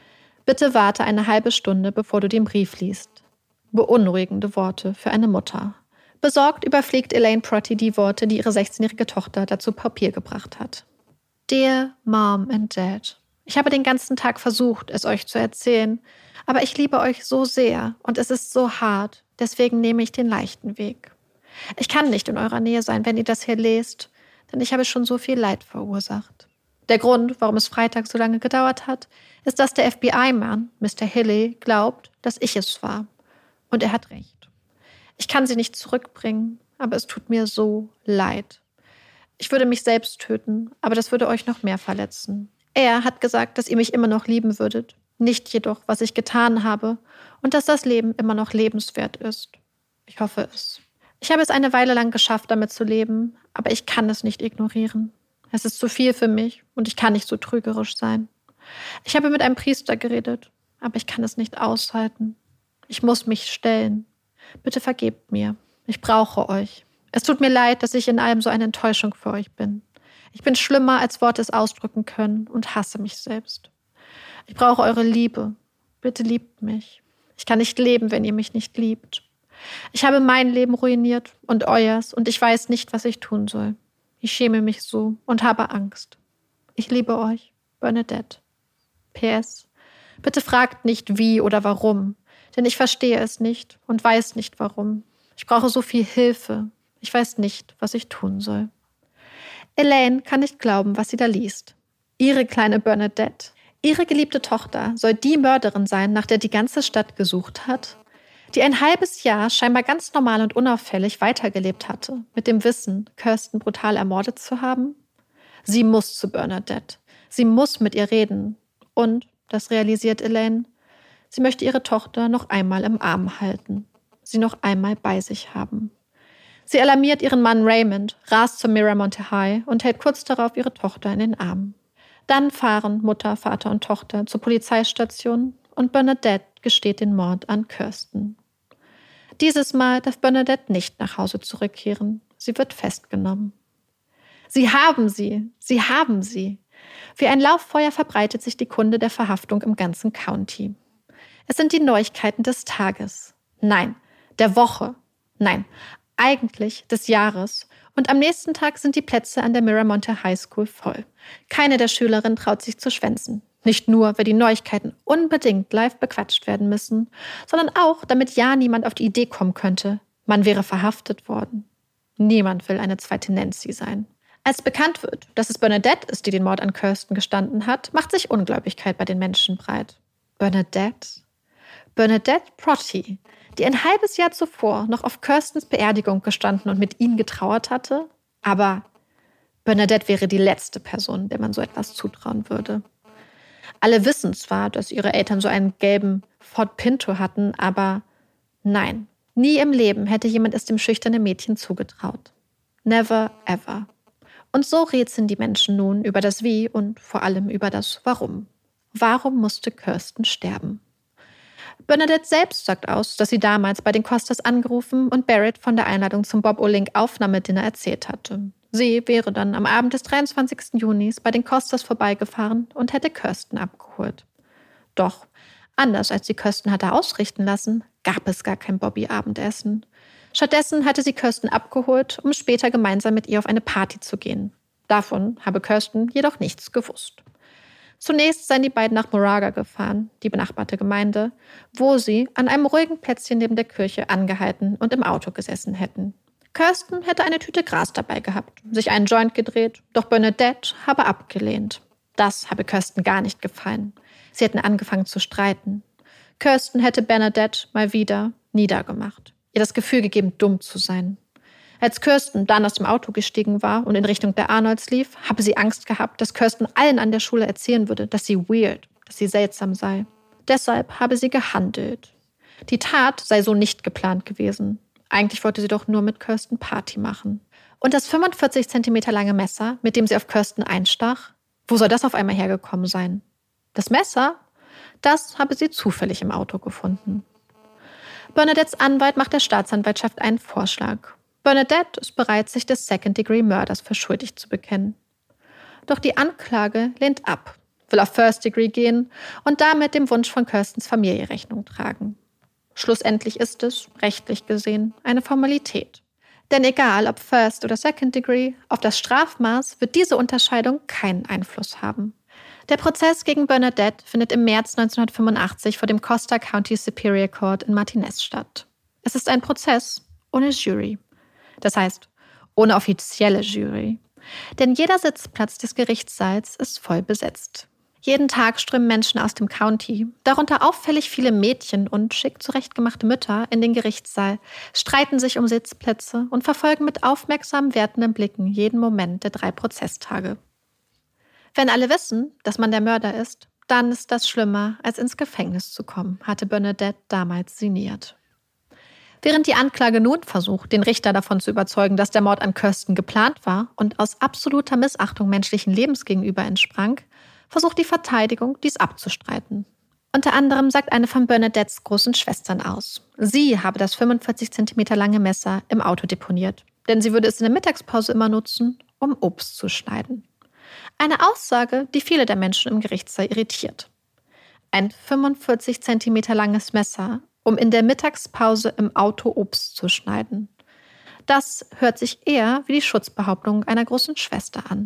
Bitte warte eine halbe Stunde, bevor du den Brief liest. Beunruhigende Worte für eine Mutter. Besorgt überfliegt Elaine Protty die Worte, die ihre 16-jährige Tochter dazu Papier gebracht hat. Dear Mom and Dad, ich habe den ganzen Tag versucht, es euch zu erzählen, aber ich liebe euch so sehr und es ist so hart, deswegen nehme ich den leichten Weg. Ich kann nicht in eurer Nähe sein, wenn ihr das hier lest, denn ich habe schon so viel Leid verursacht. Der Grund, warum es Freitag so lange gedauert hat, ist, dass der FBI-Mann, Mr. Hilley, glaubt, dass ich es war. Und er hat recht. Ich kann sie nicht zurückbringen, aber es tut mir so leid. Ich würde mich selbst töten, aber das würde euch noch mehr verletzen. Er hat gesagt, dass ihr mich immer noch lieben würdet, nicht jedoch, was ich getan habe und dass das Leben immer noch lebenswert ist. Ich hoffe es. Ich habe es eine Weile lang geschafft, damit zu leben, aber ich kann es nicht ignorieren. Es ist zu viel für mich und ich kann nicht so trügerisch sein. Ich habe mit einem Priester geredet, aber ich kann es nicht aushalten. Ich muss mich stellen. Bitte vergebt mir. Ich brauche euch. Es tut mir leid, dass ich in allem so eine Enttäuschung für euch bin. Ich bin schlimmer, als Worte es ausdrücken können und hasse mich selbst. Ich brauche eure Liebe. Bitte liebt mich. Ich kann nicht leben, wenn ihr mich nicht liebt. Ich habe mein Leben ruiniert und euers und ich weiß nicht, was ich tun soll. Ich schäme mich so und habe Angst. Ich liebe euch, Bernadette. PS. Bitte fragt nicht wie oder warum, denn ich verstehe es nicht und weiß nicht warum. Ich brauche so viel Hilfe. Ich weiß nicht, was ich tun soll. Elaine kann nicht glauben, was sie da liest. Ihre kleine Bernadette. Ihre geliebte Tochter soll die Mörderin sein, nach der die ganze Stadt gesucht hat, die ein halbes Jahr scheinbar ganz normal und unauffällig weitergelebt hatte, mit dem Wissen, Kirsten brutal ermordet zu haben. Sie muss zu Bernadette. Sie muss mit ihr reden. Und, das realisiert Elaine, sie möchte ihre Tochter noch einmal im Arm halten, sie noch einmal bei sich haben. Sie alarmiert ihren Mann Raymond, rast zum Miramonte High und hält kurz darauf ihre Tochter in den Arm. Dann fahren Mutter, Vater und Tochter zur Polizeistation und Bernadette gesteht den Mord an Kirsten. Dieses Mal darf Bernadette nicht nach Hause zurückkehren. Sie wird festgenommen. Sie haben sie! Sie haben sie! Wie ein Lauffeuer verbreitet sich die Kunde der Verhaftung im ganzen County. Es sind die Neuigkeiten des Tages. Nein, der Woche. Nein, eigentlich des Jahres. Und am nächsten Tag sind die Plätze an der Miramonte High School voll. Keine der Schülerinnen traut sich zu schwänzen. Nicht nur, weil die Neuigkeiten unbedingt live bequatscht werden müssen, sondern auch, damit ja niemand auf die Idee kommen könnte, man wäre verhaftet worden. Niemand will eine zweite Nancy sein. Als bekannt wird, dass es Bernadette ist, die den Mord an Kirsten gestanden hat, macht sich Ungläubigkeit bei den Menschen breit. Bernadette? Bernadette Protty, die ein halbes Jahr zuvor noch auf Kirstens Beerdigung gestanden und mit ihnen getrauert hatte? Aber Bernadette wäre die letzte Person, der man so etwas zutrauen würde. Alle wissen zwar, dass ihre Eltern so einen gelben Ford Pinto hatten, aber nein, nie im Leben hätte jemand es dem schüchternen Mädchen zugetraut. Never ever. Und so rätseln die Menschen nun über das Wie und vor allem über das Warum. Warum musste Kirsten sterben? Bernadette selbst sagt aus, dass sie damals bei den Costas angerufen und Barrett von der Einladung zum Bob O'Link Aufnahmedinner erzählt hatte. Sie wäre dann am Abend des 23. Junis bei den Costas vorbeigefahren und hätte Kirsten abgeholt. Doch, anders als sie Kirsten hatte ausrichten lassen, gab es gar kein Bobby-Abendessen. Stattdessen hatte sie Kirsten abgeholt, um später gemeinsam mit ihr auf eine Party zu gehen. Davon habe Kirsten jedoch nichts gewusst. Zunächst seien die beiden nach Moraga gefahren, die benachbarte Gemeinde, wo sie an einem ruhigen Plätzchen neben der Kirche angehalten und im Auto gesessen hätten. Kirsten hätte eine Tüte Gras dabei gehabt, sich einen Joint gedreht, doch Bernadette habe abgelehnt. Das habe Kirsten gar nicht gefallen. Sie hätten angefangen zu streiten. Kirsten hätte Bernadette mal wieder niedergemacht, ihr das Gefühl gegeben, dumm zu sein. Als Kirsten dann aus dem Auto gestiegen war und in Richtung der Arnolds lief, habe sie Angst gehabt, dass Kirsten allen an der Schule erzählen würde, dass sie weird, dass sie seltsam sei. Deshalb habe sie gehandelt. Die Tat sei so nicht geplant gewesen. Eigentlich wollte sie doch nur mit Kirsten Party machen. Und das 45 Zentimeter lange Messer, mit dem sie auf Kirsten einstach, wo soll das auf einmal hergekommen sein? Das Messer? Das habe sie zufällig im Auto gefunden. Bernadettes Anwalt macht der Staatsanwaltschaft einen Vorschlag. Bernadette ist bereit, sich des Second-Degree-Mörders für schuldig zu bekennen. Doch die Anklage lehnt ab, will auf First-Degree gehen und damit dem Wunsch von Kirstens Familie Rechnung tragen. Schlussendlich ist es, rechtlich gesehen, eine Formalität. Denn egal ob First- oder Second-Degree, auf das Strafmaß wird diese Unterscheidung keinen Einfluss haben. Der Prozess gegen Bernadette findet im März 1985 vor dem Costa County Superior Court in Martinez statt. Es ist ein Prozess ohne Jury. Das heißt, ohne offizielle Jury. Denn jeder Sitzplatz des Gerichtssaals ist voll besetzt. Jeden Tag strömen Menschen aus dem County, darunter auffällig viele Mädchen und schick zurechtgemachte Mütter, in den Gerichtssaal, streiten sich um Sitzplätze und verfolgen mit aufmerksam wertenden Blicken jeden Moment der 3 Prozesstage. Wenn alle wissen, dass man der Mörder ist, dann ist das schlimmer, als ins Gefängnis zu kommen, hatte Bernadette damals sinniert. Während die Anklage nun versucht, den Richter davon zu überzeugen, dass der Mord an Kirsten geplant war und aus absoluter Missachtung menschlichen Lebens gegenüber entsprang, versucht die Verteidigung, dies abzustreiten. Unter anderem sagt eine von Bernadettes großen Schwestern aus. Sie habe das 45 Zentimeter lange Messer im Auto deponiert, denn sie würde es in der Mittagspause immer nutzen, um Obst zu schneiden. Eine Aussage, die viele der Menschen im Gerichtssaal irritiert. Ein 45 Zentimeter langes Messer, um in der Mittagspause im Auto Obst zu schneiden. Das hört sich eher wie die Schutzbehauptung einer großen Schwester an.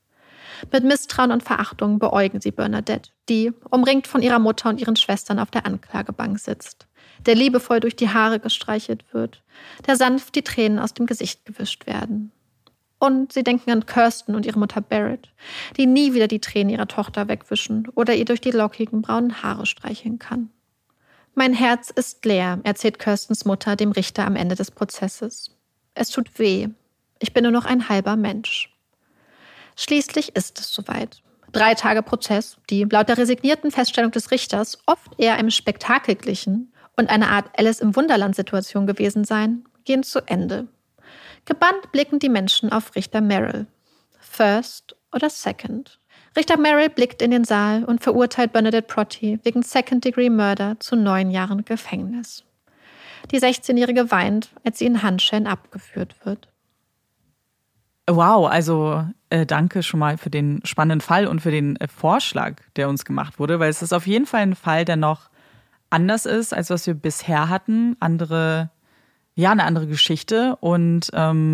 Mit Misstrauen und Verachtung beäugen sie Bernadette, die, umringt von ihrer Mutter und ihren Schwestern, auf der Anklagebank sitzt, der liebevoll durch die Haare gestreichelt wird, der sanft die Tränen aus dem Gesicht gewischt werden. Und sie denken an Kirsten und ihre Mutter Barrett, die nie wieder die Tränen ihrer Tochter wegwischen oder ihr durch die lockigen braunen Haare streicheln kann. Mein Herz ist leer, erzählt Kirstens Mutter dem Richter am Ende des Prozesses. Es tut weh. Ich bin nur noch ein halber Mensch. Schließlich ist es soweit. 3 Tage Prozess, die laut der resignierten Feststellung des Richters oft eher einem Spektakel glichen und eine Art Alice-im-Wunderland-Situation gewesen seien, gehen zu Ende. Gebannt blicken die Menschen auf Richter Merrill. First oder Second? Richter Merrill blickt in den Saal und verurteilt Bernadette Proty wegen Second-Degree-Murder zu 9 Jahren Gefängnis. Die 16-Jährige weint, als sie in Handschellen abgeführt wird. Wow, also danke schon mal für den spannenden Fall und für den Vorschlag, der uns gemacht wurde, weil es ist auf jeden Fall ein Fall, der noch anders ist, als was wir bisher hatten. Eine andere Geschichte und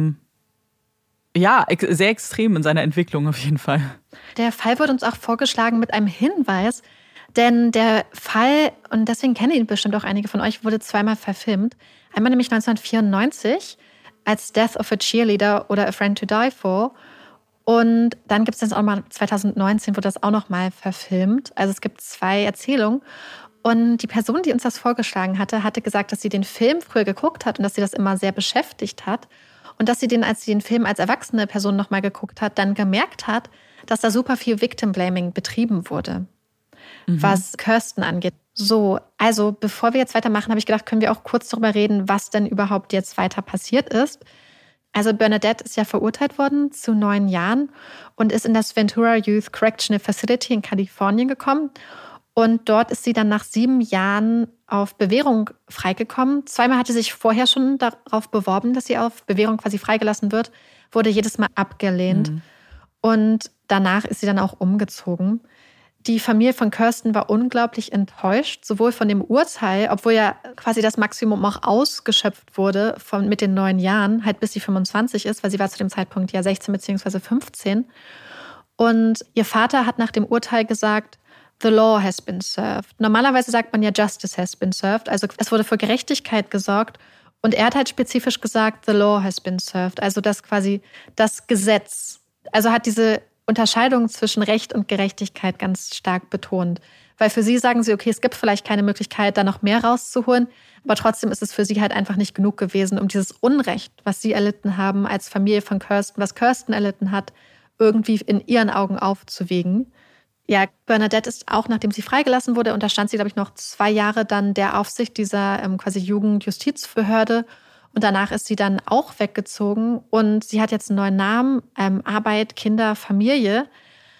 sehr extrem in seiner Entwicklung auf jeden Fall. Der Fall wird uns auch vorgeschlagen mit einem Hinweis, denn der Fall, und deswegen kennen ihn bestimmt auch einige von euch, wurde 2-mal verfilmt. Einmal nämlich 1994 als Death of a Cheerleader oder A Friend to Die For. Und dann gibt es das auch mal 2019, wurde das auch noch mal verfilmt. Also es gibt 2 Erzählungen. Und die Person, die uns das vorgeschlagen hatte, hatte gesagt, dass sie den Film früher geguckt hat und dass sie das immer sehr beschäftigt hat. Und dass sie als sie den Film als erwachsene Person nochmal geguckt hat, dann gemerkt hat, dass da super viel Victim-Blaming betrieben wurde, was Kirsten angeht. So, also bevor wir jetzt weitermachen, habe ich gedacht, können wir auch kurz darüber reden, was denn überhaupt jetzt weiter passiert ist. Also Bernadette ist ja verurteilt worden zu 9 Jahren und ist in das Ventura Youth Correctional Facility in Kalifornien gekommen. Und dort ist sie dann nach 7 Jahren auf Bewährung freigekommen. 2-mal hatte sie sich vorher schon darauf beworben, dass sie auf Bewährung quasi freigelassen wird, wurde jedes Mal abgelehnt. Und danach ist sie dann auch umgezogen. Die Familie von Kirsten war unglaublich enttäuscht, sowohl von dem Urteil, obwohl ja quasi das Maximum auch ausgeschöpft wurde mit den 9 Jahren, halt bis sie 25 ist, weil sie war zu dem Zeitpunkt ja 16 bzw. 15. Und ihr Vater hat nach dem Urteil gesagt, the law has been served. Normalerweise sagt man ja justice has been served, also es wurde für Gerechtigkeit gesorgt. Und er hat halt spezifisch gesagt, the law has been served, also das quasi das Gesetz. Also hat diese Unterscheidung zwischen Recht und Gerechtigkeit ganz stark betont. Weil für sie sagen sie, okay, es gibt vielleicht keine Möglichkeit, da noch mehr rauszuholen, aber trotzdem ist es für sie halt einfach nicht genug gewesen, um dieses Unrecht, was sie erlitten haben als Familie von Kirsten, was Kirsten erlitten hat, irgendwie in ihren Augen aufzuwiegen. Ja, Bernadette ist auch, nachdem sie freigelassen wurde, unterstand sie, glaube ich, noch 2 Jahre dann der Aufsicht dieser quasi Jugendjustizbehörde. Und danach ist sie dann auch weggezogen und sie hat jetzt einen neuen Namen, Arbeit, Kinder, Familie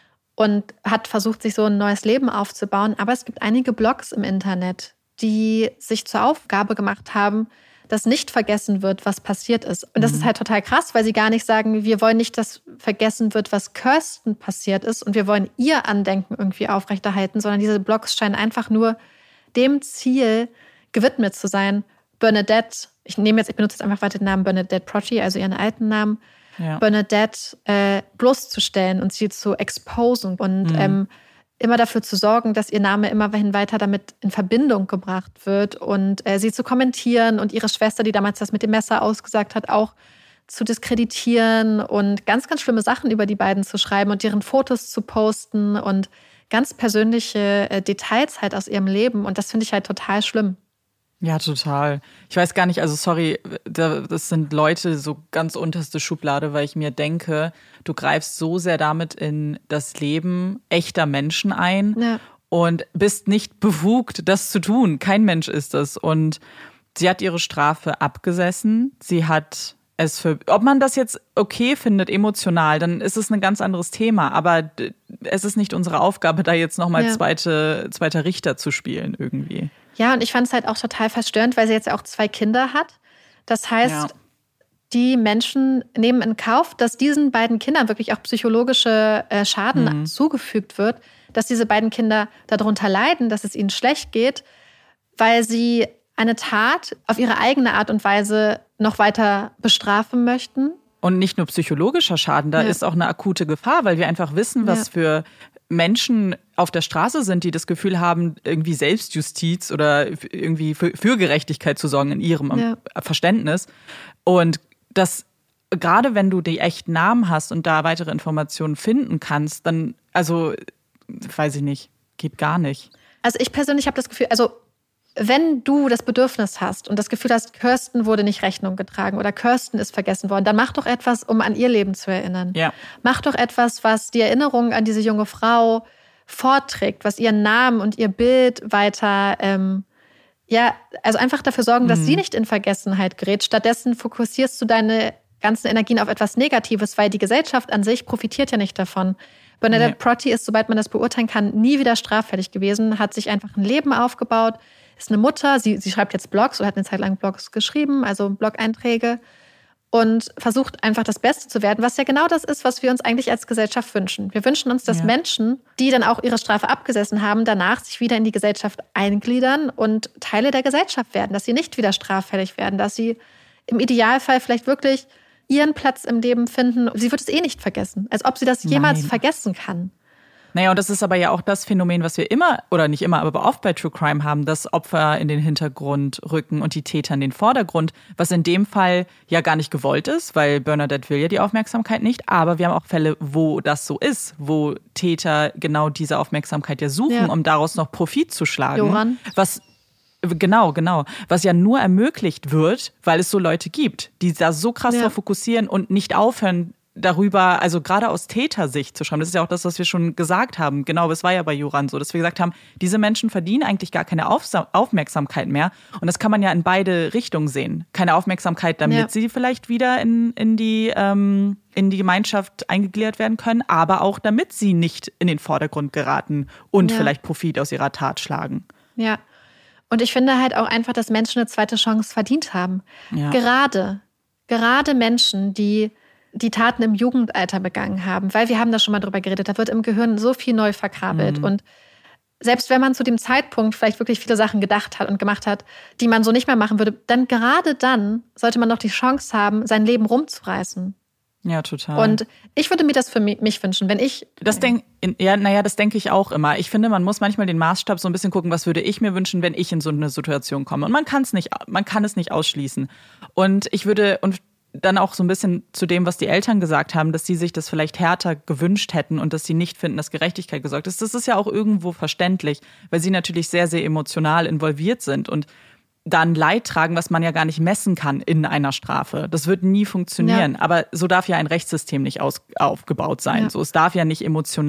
und hat versucht, sich so ein neues Leben aufzubauen. Aber es gibt einige Blogs im Internet, die sich zur Aufgabe gemacht haben, dass nicht vergessen wird, was passiert ist. Und das ist halt total krass, weil sie gar nicht sagen, wir wollen nicht, dass vergessen wird, was Kirsten passiert ist und wir wollen ihr Andenken irgendwie aufrechterhalten, sondern diese Blogs scheinen einfach nur dem Ziel gewidmet zu sein, Bernadette, ich benutze jetzt einfach weiter den Namen Bernadette Proti, also ihren alten Namen, Bernadette bloßzustellen und sie zu exposen und immer dafür zu sorgen, dass ihr Name immerhin weiter damit in Verbindung gebracht wird und sie zu kommentieren und ihre Schwester, die damals das mit dem Messer ausgesagt hat, auch zu diskreditieren und ganz, ganz schlimme Sachen über die beiden zu schreiben und deren Fotos zu posten und ganz persönliche Details halt aus ihrem Leben. Und das finde ich halt total schlimm. Ja, total. Ich weiß gar nicht, also sorry, das sind Leute so ganz unterste Schublade, weil ich mir denke, du greifst so sehr damit in das Leben echter Menschen ein und bist nicht befugt, das zu tun. Kein Mensch ist das. Und sie hat ihre Strafe abgesessen. Sie hat es ob man das jetzt okay findet, emotional, dann ist es ein ganz anderes Thema. Aber es ist nicht unsere Aufgabe, da jetzt nochmal zweiter Richter zu spielen irgendwie. Ja, und ich fand es halt auch total verstörend, weil sie jetzt auch 2 Kinder hat. Das heißt, die Menschen nehmen in Kauf, dass diesen beiden Kindern wirklich auch psychologische Schaden zugefügt wird, dass diese beiden Kinder darunter leiden, dass es ihnen schlecht geht, weil sie eine Tat auf ihre eigene Art und Weise noch weiter bestrafen möchten. Und nicht nur psychologischer Schaden, da ist auch eine akute Gefahr, weil wir einfach wissen, was für Menschen auf der Straße sind, die das Gefühl haben, irgendwie Selbstjustiz oder irgendwie für Gerechtigkeit zu sorgen in ihrem Verständnis. Und das, gerade wenn du die echten Namen hast und da weitere Informationen finden kannst, dann, also, weiß ich nicht, geht gar nicht. Also ich persönlich habe das Gefühl, also wenn du das Bedürfnis hast und das Gefühl hast, Kirsten wurde nicht Rechnung getragen oder Kirsten ist vergessen worden, dann mach doch etwas, um an ihr Leben zu erinnern. Ja. Mach doch etwas, was die Erinnerung an diese junge Frau vorträgt, was ihren Namen und ihr Bild weiter, also einfach dafür sorgen, dass sie nicht in Vergessenheit gerät. Stattdessen fokussierst du deine ganzen Energien auf etwas Negatives, weil die Gesellschaft an sich profitiert ja nicht davon. Bernadette Proti ist, sobald man das beurteilen kann, nie wieder straffällig gewesen, hat sich einfach ein Leben aufgebaut, ist eine Mutter, sie schreibt jetzt Blogs oder hat eine Zeit lang Blogs geschrieben, also Blog-Einträge und versucht einfach das Beste zu werden, was ja genau das ist, was wir uns eigentlich als Gesellschaft wünschen. Wir wünschen uns, dass Menschen, die dann auch ihre Strafe abgesessen haben, danach sich wieder in die Gesellschaft eingliedern und Teile der Gesellschaft werden, dass sie nicht wieder straffällig werden, dass sie im Idealfall vielleicht wirklich ihren Platz im Leben finden. Sie wird es eh nicht vergessen, als ob sie das jemals vergessen kann. Naja, und das ist aber ja auch das Phänomen, was wir immer, oder nicht immer, aber oft bei True Crime haben, dass Opfer in den Hintergrund rücken und die Täter in den Vordergrund, was in dem Fall ja gar nicht gewollt ist, weil Bernadette will ja die Aufmerksamkeit nicht, aber wir haben auch Fälle, wo das so ist, wo Täter genau diese Aufmerksamkeit ja suchen, um daraus noch Profit zu schlagen. Joran. Genau. Was ja nur ermöglicht wird, weil es so Leute gibt, die da so krass drauf fokussieren und nicht aufhören, darüber, also gerade aus Tätersicht zu schreiben. Das ist ja auch das, was wir schon gesagt haben. Genau, es war ja bei Joran so, dass wir gesagt haben, diese Menschen verdienen eigentlich gar keine Aufmerksamkeit mehr. Und das kann man ja in beide Richtungen sehen. Keine Aufmerksamkeit, damit sie vielleicht wieder in die Gemeinschaft eingegliedert werden können, aber auch damit sie nicht in den Vordergrund geraten und vielleicht Profit aus ihrer Tat schlagen. Ja, und ich finde halt auch einfach, dass Menschen eine zweite Chance verdient haben. Ja. Gerade Menschen, die Taten im Jugendalter begangen haben, weil wir haben da schon mal drüber geredet, da wird im Gehirn so viel neu verkabelt. Und selbst wenn man zu dem Zeitpunkt vielleicht wirklich viele Sachen gedacht hat und gemacht hat, die man so nicht mehr machen würde, dann gerade dann sollte man noch die Chance haben, sein Leben rumzureißen. Ja, total. Und ich würde mir das für mich wünschen, wenn ich... Das denke ich auch immer. Ich finde, man muss manchmal den Maßstab so ein bisschen gucken, was würde ich mir wünschen, wenn ich in so eine Situation komme. Und man kann es nicht ausschließen. Und ich würde... Und dann auch so ein bisschen zu dem, was die Eltern gesagt haben, dass sie sich das vielleicht härter gewünscht hätten und dass sie nicht finden, dass Gerechtigkeit gesorgt ist. Das ist ja auch irgendwo verständlich, weil sie natürlich sehr, sehr emotional involviert sind und dann Leid tragen, was man ja gar nicht messen kann in einer Strafe. Das wird nie funktionieren. Ja. Aber so darf ja ein Rechtssystem nicht aufgebaut sein. Ja. So, es darf ja nicht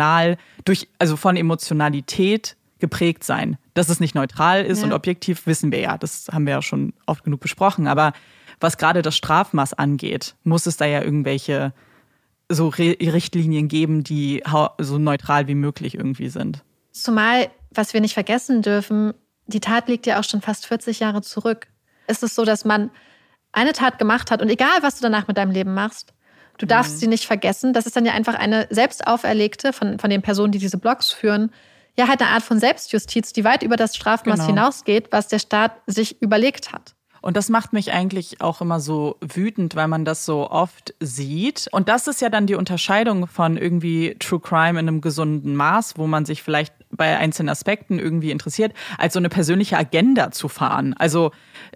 von Emotionalität geprägt sein. Dass es nicht neutral ist und objektiv, wissen wir ja. Das haben wir ja schon oft genug besprochen. Aber was gerade das Strafmaß angeht, muss es da ja irgendwelche so Richtlinien geben, die so neutral wie möglich irgendwie sind. Zumal, was wir nicht vergessen dürfen, die Tat liegt ja auch schon fast 40 Jahre zurück. Es ist so, dass man eine Tat gemacht hat und egal, was du danach mit deinem Leben machst, du darfst sie nicht vergessen. Das ist dann ja einfach eine selbst auferlegte, von den Personen, die diese Blogs führen, ja halt eine Art von Selbstjustiz, die weit über das Strafmaß hinausgeht, was der Staat sich überlegt hat. Und das macht mich eigentlich auch immer so wütend, weil man das so oft sieht. Und das ist ja dann die Unterscheidung von irgendwie True Crime in einem gesunden Maß, wo man sich vielleicht bei einzelnen Aspekten irgendwie interessiert, als so eine persönliche Agenda zu fahren. Also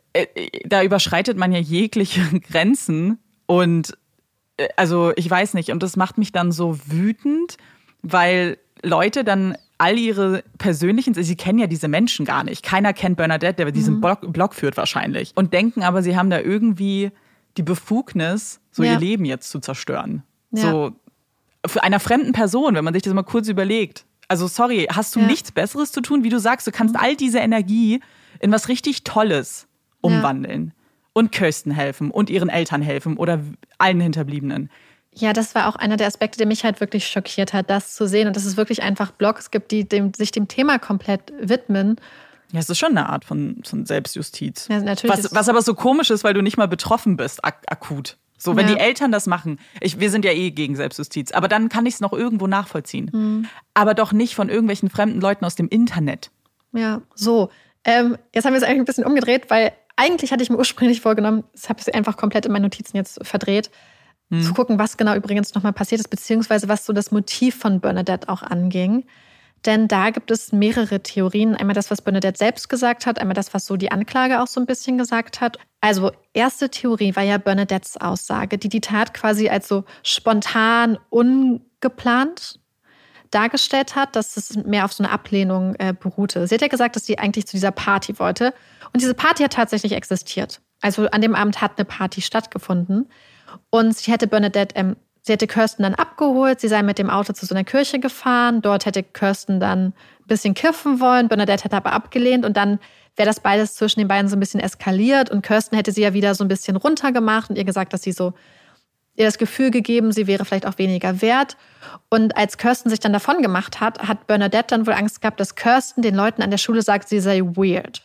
da überschreitet man ja jegliche Grenzen. Und also ich weiß nicht. Und das macht mich dann so wütend, weil Leute dann all ihre persönlichen, sie kennen ja diese Menschen gar nicht. Keiner kennt Bernadette, der diesen Blog führt wahrscheinlich. Und denken aber, sie haben da irgendwie die Befugnis, so ihr Leben jetzt zu zerstören. Ja. So für einer fremden Person, wenn man sich das mal kurz überlegt. Also sorry, hast du nichts Besseres zu tun? Wie du sagst, du kannst all diese Energie in was richtig Tolles umwandeln. Und Kirsten helfen und ihren Eltern helfen oder allen Hinterbliebenen. Ja, das war auch einer der Aspekte, der mich halt wirklich schockiert hat, das zu sehen. Und dass es wirklich einfach Blogs gibt, die sich dem Thema komplett widmen. Ja, es ist schon eine Art von Selbstjustiz. Ja, natürlich. Was aber so komisch ist, weil du nicht mal betroffen bist, akut. So, wenn die Eltern das machen, wir sind ja gegen Selbstjustiz, aber dann kann ich es noch irgendwo nachvollziehen. Aber doch nicht von irgendwelchen fremden Leuten aus dem Internet. Ja, so. Jetzt haben wir es eigentlich ein bisschen umgedreht, weil eigentlich hatte ich mir ursprünglich vorgenommen, das habe ich einfach komplett in meinen Notizen jetzt verdreht, zu gucken, was genau übrigens nochmal passiert ist, beziehungsweise was so das Motiv von Bernadette auch anging. Denn da gibt es mehrere Theorien. Einmal das, was Bernadette selbst gesagt hat, einmal das, was so die Anklage auch so ein bisschen gesagt hat. Also erste Theorie war ja Bernadettes Aussage, die Tat quasi als so spontan, ungeplant dargestellt hat, dass es mehr auf so eine Ablehnung beruhte. Sie hat ja gesagt, dass sie eigentlich zu dieser Party wollte. Und diese Party hat tatsächlich existiert. Also an dem Abend hat eine Party stattgefunden. Und sie hätte Kirsten dann abgeholt, sie sei mit dem Auto zu so einer Kirche gefahren, dort hätte Kirsten dann ein bisschen kiffen wollen, Bernadette hätte aber abgelehnt und dann wäre das beides zwischen den beiden so ein bisschen eskaliert und Kirsten hätte sie ja wieder so ein bisschen runtergemacht und ihr gesagt, dass sie so ihr das Gefühl gegeben, sie wäre vielleicht auch weniger wert. Und als Kirsten sich dann davon gemacht hat, hat Bernadette dann wohl Angst gehabt, dass Kirsten den Leuten an der Schule sagt, sie sei weird.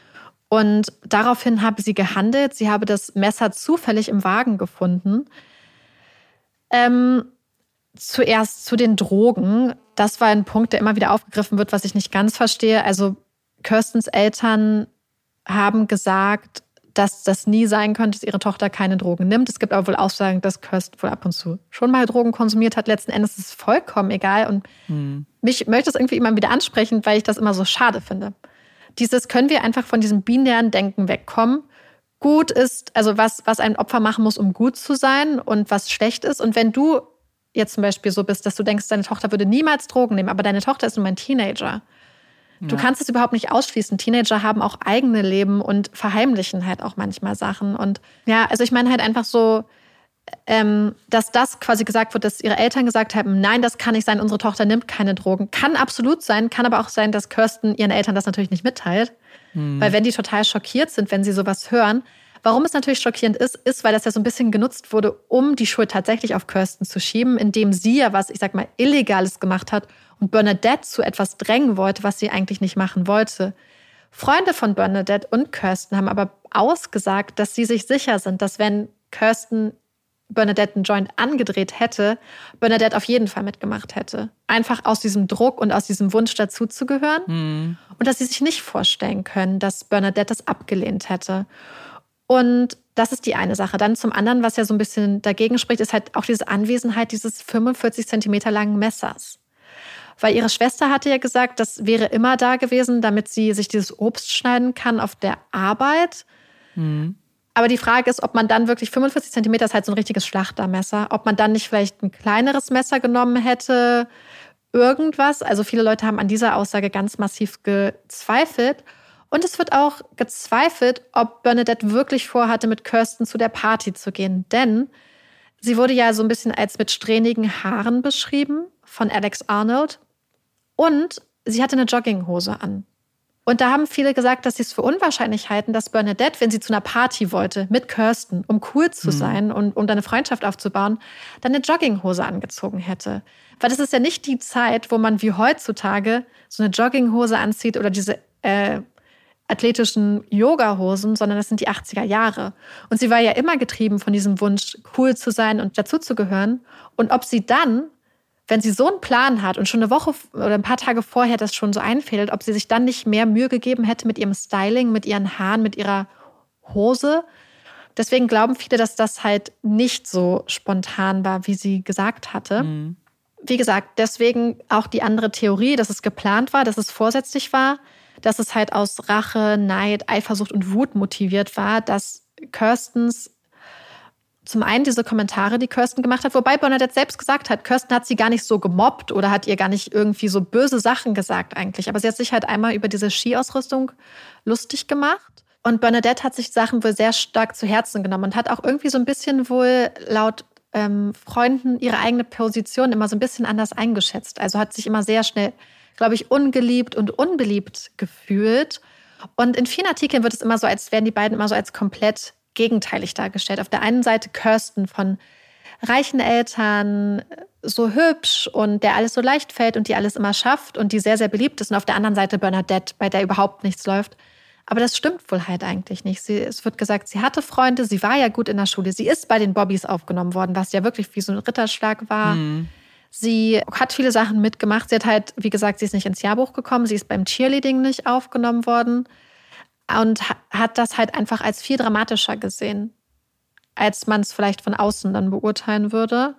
Und daraufhin habe sie gehandelt. Sie habe das Messer zufällig im Wagen gefunden. Zuerst zu den Drogen. Das war ein Punkt, der immer wieder aufgegriffen wird, was ich nicht ganz verstehe. Also Kirstens Eltern haben gesagt, dass das nie sein könnte, dass ihre Tochter keine Drogen nimmt. Es gibt aber wohl Aussagen, dass Kirsten wohl ab und zu schon mal Drogen konsumiert hat. Letzten Endes ist es vollkommen egal. Und mich möchte es irgendwie immer wieder ansprechen, weil ich das immer so schade finde. Können wir einfach von diesem binären Denken wegkommen. Gut ist, also was ein Opfer machen muss, um gut zu sein und was schlecht ist. Und wenn du jetzt zum Beispiel so bist, dass du denkst, deine Tochter würde niemals Drogen nehmen, aber deine Tochter ist nun mal ein Teenager. Du kannst es überhaupt nicht ausschließen. Teenager haben auch eigene Leben und verheimlichen halt auch manchmal Sachen. Und ja, also ich meine halt einfach so, dass das quasi gesagt wird, dass ihre Eltern gesagt haben, nein, das kann nicht sein, unsere Tochter nimmt keine Drogen. Kann absolut sein, kann aber auch sein, dass Kirsten ihren Eltern das natürlich nicht mitteilt. Weil wenn die total schockiert sind, wenn sie sowas hören. Warum es natürlich schockierend ist, weil das ja so ein bisschen genutzt wurde, um die Schuld tatsächlich auf Kirsten zu schieben, indem sie ja was, ich sag mal, Illegales gemacht hat und Bernadette zu etwas drängen wollte, was sie eigentlich nicht machen wollte. Freunde von Bernadette und Kirsten haben aber ausgesagt, dass sie sich sicher sind, dass wenn Kirsten Bernadette einen Joint angedreht hätte, Bernadette auf jeden Fall mitgemacht hätte. Einfach aus diesem Druck und aus diesem Wunsch dazuzugehören. Und dass sie sich nicht vorstellen können, dass Bernadette das abgelehnt hätte. Und das ist die eine Sache. Dann zum anderen, was ja so ein bisschen dagegen spricht, ist halt auch diese Anwesenheit dieses 45 Zentimeter langen Messers. Weil ihre Schwester hatte ja gesagt, das wäre immer da gewesen, damit sie sich dieses Obst schneiden kann auf der Arbeit. Aber die Frage ist, ob man dann wirklich 45 Zentimeter ist halt so ein richtiges Schlachtermesser, ob man dann nicht vielleicht ein kleineres Messer genommen hätte, irgendwas. Also viele Leute haben an dieser Aussage ganz massiv gezweifelt. Und es wird auch gezweifelt, ob Bernadette wirklich vorhatte, mit Kirsten zu der Party zu gehen. Denn sie wurde ja so ein bisschen als mit strähnigen Haaren beschrieben von Alex Arnold. Und sie hatte eine Jogginghose an. Und da haben viele gesagt, dass sie es für unwahrscheinlich halten, dass Bernadette, wenn sie zu einer Party wollte, mit Kirsten, um cool zu sein und um eine Freundschaft aufzubauen, dann eine Jogginghose angezogen hätte. Weil das ist ja nicht die Zeit, wo man wie heutzutage so eine Jogginghose anzieht oder diese athletischen Yogahosen, sondern das sind die 80er Jahre. Und sie war ja immer getrieben von diesem Wunsch, cool zu sein und dazuzugehören. Und ob sie dann, wenn sie so einen Plan hat und schon eine Woche oder ein paar Tage vorher das schon so einfädelt, ob sie sich dann nicht mehr Mühe gegeben hätte mit ihrem Styling, mit ihren Haaren, mit ihrer Hose. Deswegen glauben viele, dass das halt nicht so spontan war, wie sie gesagt hatte. Wie gesagt, deswegen auch die andere Theorie, dass es geplant war, dass es vorsätzlich war, dass es halt aus Rache, Neid, Eifersucht und Wut motiviert war, dass Kirstens zum einen diese Kommentare, die Kirsten gemacht hat, wobei Bernadette selbst gesagt hat, Kirsten hat sie gar nicht so gemobbt oder hat ihr gar nicht irgendwie so böse Sachen gesagt eigentlich. Aber sie hat sich halt einmal über diese Skiausrüstung lustig gemacht. Und Bernadette hat sich Sachen wohl sehr stark zu Herzen genommen und hat auch irgendwie so ein bisschen wohl laut Freunden ihre eigene Position immer so ein bisschen anders eingeschätzt. Also hat sich immer sehr schnell, glaube ich, ungeliebt und unbeliebt gefühlt. Und in vielen Artikeln wird es immer so, als wären die beiden immer so als komplett gegenteilig dargestellt. Auf der einen Seite Kirsten von reichen Eltern, so hübsch und der alles so leicht fällt und die alles immer schafft und die sehr, sehr beliebt ist. Und auf der anderen Seite Bernadette, bei der überhaupt nichts läuft. Aber das stimmt wohl halt eigentlich nicht. Es wird gesagt, sie hatte Freunde, sie war ja gut in der Schule. Sie ist bei den Bobbys aufgenommen worden, was ja wirklich wie so ein Ritterschlag war. Sie hat viele Sachen mitgemacht. Sie hat halt, wie gesagt, sie ist nicht ins Jahrbuch gekommen. Sie ist beim Cheerleading nicht aufgenommen worden. Und hat das halt einfach als viel dramatischer gesehen, als man es vielleicht von außen dann beurteilen würde.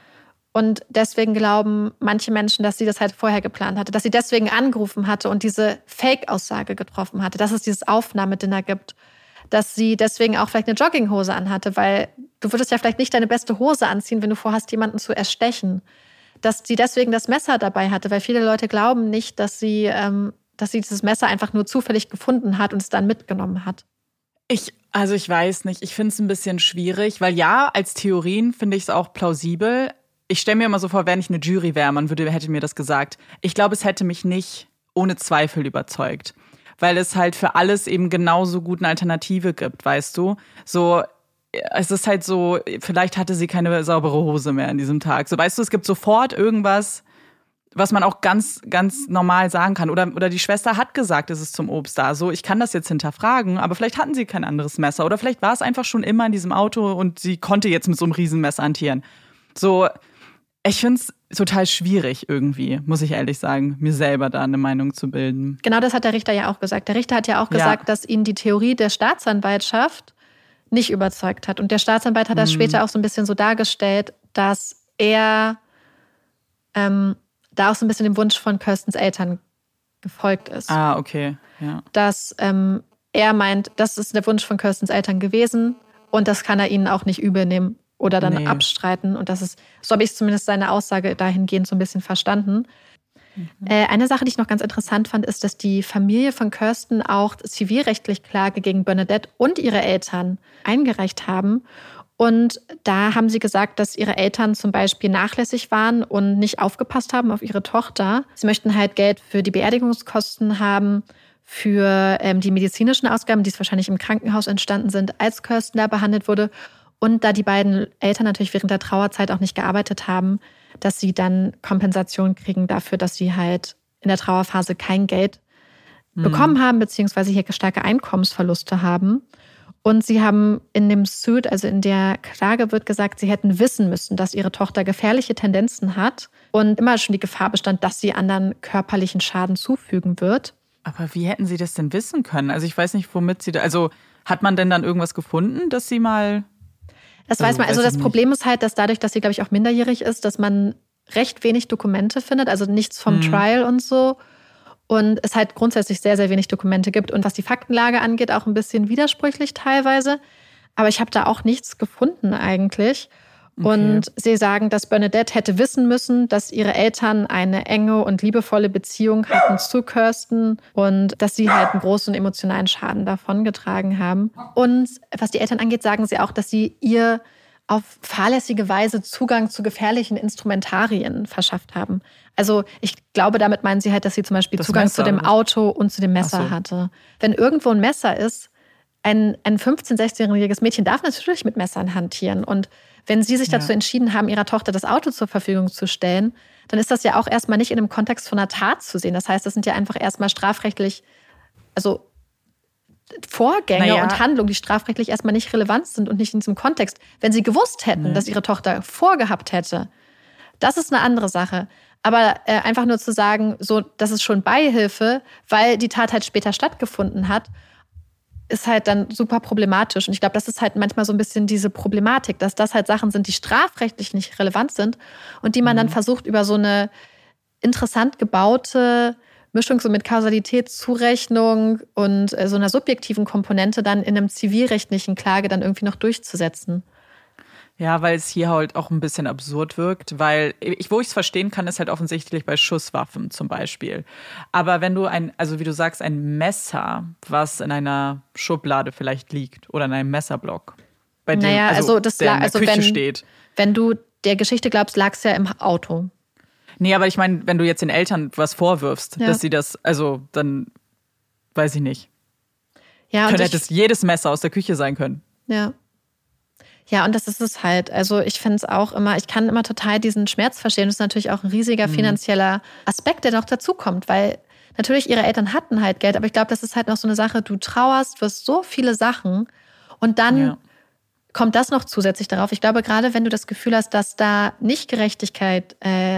Und deswegen glauben manche Menschen, dass sie das halt vorher geplant hatte, dass sie deswegen angerufen hatte und diese Fake-Aussage getroffen hatte, dass es dieses Aufnahmedinner gibt, dass sie deswegen auch vielleicht eine Jogginghose anhatte, weil du würdest ja vielleicht nicht deine beste Hose anziehen, wenn du vorhast, jemanden zu erstechen. Dass sie deswegen das Messer dabei hatte, weil viele Leute glauben nicht, dass sie dieses Messer einfach nur zufällig gefunden hat und es dann mitgenommen hat. Ich weiß nicht. Ich finde es ein bisschen schwierig, weil ja, als Theorien finde ich es auch plausibel. Ich stelle mir immer so vor, wenn ich eine Jury wäre, hätte mir das gesagt. Ich glaube, es hätte mich nicht ohne Zweifel überzeugt, weil es halt für alles eben genauso gut eine Alternative gibt, weißt du? So, es ist halt so, vielleicht hatte sie keine saubere Hose mehr an diesem Tag. So, weißt du, es gibt sofort irgendwas, was man auch ganz, ganz normal sagen kann. Oder die Schwester hat gesagt, es ist zum Obst da. So, ich kann das jetzt hinterfragen, aber vielleicht hatten sie kein anderes Messer. Oder vielleicht war es einfach schon immer in diesem Auto und sie konnte jetzt mit so einem Riesenmesser hantieren. So, ich finde es total schwierig irgendwie, muss ich ehrlich sagen, mir selber da eine Meinung zu bilden. Genau das hat der Richter ja auch gesagt. Der Richter hat ja auch gesagt, dass ihn die Theorie der Staatsanwaltschaft nicht überzeugt hat. Und der Staatsanwalt hat das später auch so ein bisschen so dargestellt, dass er da auch so ein bisschen dem Wunsch von Kirstens Eltern gefolgt ist. Ah, okay. Ja. Dass er meint, das ist der Wunsch von Kirstens Eltern gewesen und das kann er ihnen auch nicht übel nehmen oder dann abstreiten. Und das ist, so habe ich zumindest seine Aussage dahingehend so ein bisschen verstanden. Eine Sache, die ich noch ganz interessant fand, ist, dass die Familie von Kirsten auch zivilrechtlich Klage gegen Bernadette und ihre Eltern eingereicht haben. Und da haben sie gesagt, dass ihre Eltern zum Beispiel nachlässig waren und nicht aufgepasst haben auf ihre Tochter. Sie möchten halt Geld für die Beerdigungskosten haben, für die medizinischen Ausgaben, die es wahrscheinlich im Krankenhaus entstanden sind, als Kirsten da behandelt wurde. Und da die beiden Eltern natürlich während der Trauerzeit auch nicht gearbeitet haben, dass sie dann Kompensation kriegen dafür, dass sie halt in der Trauerphase kein Geld bekommen haben, beziehungsweise hier starke Einkommensverluste haben. Und sie haben in dem Suit, also in der Klage wird gesagt, sie hätten wissen müssen, dass ihre Tochter gefährliche Tendenzen hat und immer schon die Gefahr bestand, dass sie anderen körperlichen Schaden zufügen wird. Aber wie hätten sie das denn wissen können? Also ich weiß nicht, womit sie da, also hat man denn dann irgendwas gefunden, dass sie mal... Das weiß man. Also das Problem ist halt, dass dadurch, dass sie, glaube ich, auch minderjährig ist, dass man recht wenig Dokumente findet, also nichts vom Trial und so. Und es halt grundsätzlich sehr, sehr wenig Dokumente gibt. Und was die Faktenlage angeht, auch ein bisschen widersprüchlich teilweise. Aber ich habe da auch nichts gefunden eigentlich. Okay. Und sie sagen, dass Bernadette hätte wissen müssen, dass ihre Eltern eine enge und liebevolle Beziehung hatten zu Kirsten und dass sie halt einen großen emotionalen Schaden davongetragen haben. Und was die Eltern angeht, sagen sie auch, dass sie ihr auf fahrlässige Weise Zugang zu gefährlichen Instrumentarien verschafft haben. Also ich glaube, damit meinen sie halt, dass sie zum Beispiel Zugang zu dem Auto und zu dem Messer hatte. Wenn irgendwo ein Messer ist, ein 15-, 16-jähriges Mädchen darf natürlich mit Messern hantieren. Und wenn sie sich dazu entschieden haben, ihrer Tochter das Auto zur Verfügung zu stellen, dann ist das ja auch erstmal nicht in einem Kontext von einer Tat zu sehen. Das heißt, das sind ja einfach erstmal strafrechtlich, also Vorgänge und Handlungen, die strafrechtlich erstmal nicht relevant sind und nicht in diesem Kontext. Wenn sie gewusst hätten, dass ihre Tochter vorgehabt hätte, das ist eine andere Sache. Aber einfach nur zu sagen, so, das ist schon Beihilfe, weil die Tat halt später stattgefunden hat, ist halt dann super problematisch. Und ich glaube, das ist halt manchmal so ein bisschen diese Problematik, dass das halt Sachen sind, die strafrechtlich nicht relevant sind und die man dann versucht, über so eine interessant gebaute Mischung so mit Kausalitätszurechnung und so einer subjektiven Komponente dann in einem zivilrechtlichen Klage dann irgendwie noch durchzusetzen. Ja, weil es hier halt auch ein bisschen absurd wirkt, weil wo ich es verstehen kann, ist halt offensichtlich bei Schusswaffen zum Beispiel. Aber wenn du also wie du sagst, ein Messer, was in einer Schublade vielleicht liegt oder in einem Messerblock, bei dem der in der Küche steht. Wenn du der Geschichte glaubst, lag es ja im Auto. Nee, aber ich meine, wenn du jetzt den Eltern was vorwirfst, dass sie das, also dann weiß ich nicht. Ja, hätte es jedes Messer aus der Küche sein können. Ja. Ja, und das ist es halt. Also ich finde es auch immer, ich kann immer total diesen Schmerz verstehen. Das ist natürlich auch ein riesiger finanzieller Aspekt, der noch dazukommt, weil natürlich ihre Eltern hatten halt Geld, aber ich glaube, das ist halt noch so eine Sache, du trauerst für so viele Sachen und dann kommt das noch zusätzlich darauf. Ich glaube, gerade wenn du das Gefühl hast, dass da nicht Gerechtigkeit,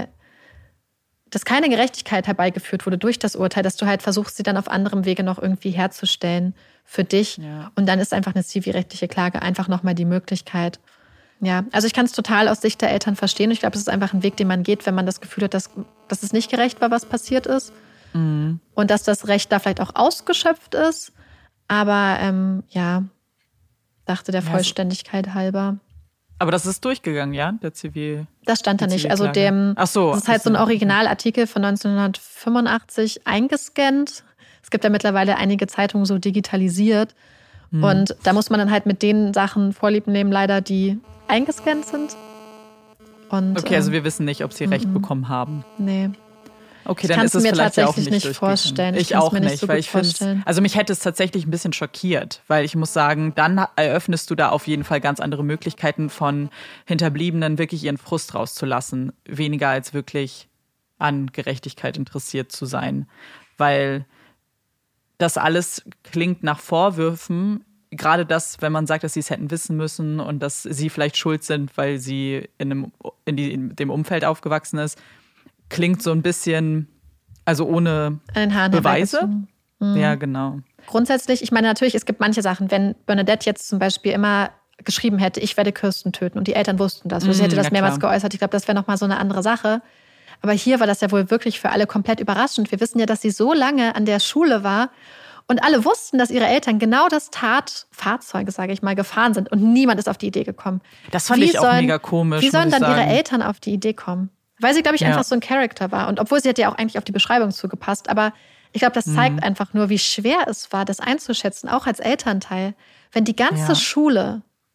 dass keine Gerechtigkeit herbeigeführt wurde durch das Urteil, dass du halt versuchst, sie dann auf anderem Wege noch irgendwie herzustellen für dich. Ja. Und dann ist einfach eine zivilrechtliche Klage einfach nochmal die Möglichkeit. Ja, also ich kann es total aus Sicht der Eltern verstehen. Ich glaube, es ist einfach ein Weg, den man geht, wenn man das Gefühl hat, dass es nicht gerecht war, was passiert ist. Mhm. Und dass das Recht da vielleicht auch ausgeschöpft ist. Aber dachte der Vollständigkeit halber. Aber das ist durchgegangen, ja? Das stand da nicht. Also das ist halt so ein Originalartikel von 1985 eingescannt. Es gibt ja mittlerweile einige Zeitungen so digitalisiert. Und da muss man dann halt mit den Sachen Vorlieb nehmen, leider, die eingescannt sind. Und, okay, also wir wissen nicht, ob sie Recht bekommen haben. Nee. Okay, dann ist es vielleicht ja auch nicht vorstellen. Ich auch nicht, weil ich finde, also mich hätte es tatsächlich ein bisschen schockiert, weil ich muss sagen, dann eröffnest du da auf jeden Fall ganz andere Möglichkeiten von Hinterbliebenen wirklich ihren Frust rauszulassen, weniger als wirklich an Gerechtigkeit interessiert zu sein, weil das alles klingt nach Vorwürfen, gerade das, wenn man sagt, dass sie es hätten wissen müssen und dass sie vielleicht schuld sind, weil sie in dem Umfeld aufgewachsen ist, klingt so ein bisschen, also ohne Beweise. Ja, genau. Grundsätzlich, ich meine natürlich, es gibt manche Sachen, wenn Bernadette jetzt zum Beispiel immer geschrieben hätte, ich werde Kirsten töten und die Eltern wussten das, sie hätte das mehrmals geäußert, ich glaube, das wäre nochmal so eine andere Sache. Aber hier war das ja wohl wirklich für alle komplett überraschend. Wir wissen ja, dass sie so lange an der Schule war und alle wussten, dass ihre Eltern genau das Tatfahrzeug, sage ich mal, gefahren sind und niemand ist auf die Idee gekommen. Das fand ich auch mega komisch. Wie sollen dann ihre Eltern auf die Idee kommen? Weil sie, glaube ich, einfach so ein Charakter war. Und obwohl sie hat ja auch eigentlich auf die Beschreibung zugepasst. Aber ich glaube, das zeigt einfach nur, wie schwer es war, das einzuschätzen, auch als Elternteil. Wenn die ganze Schule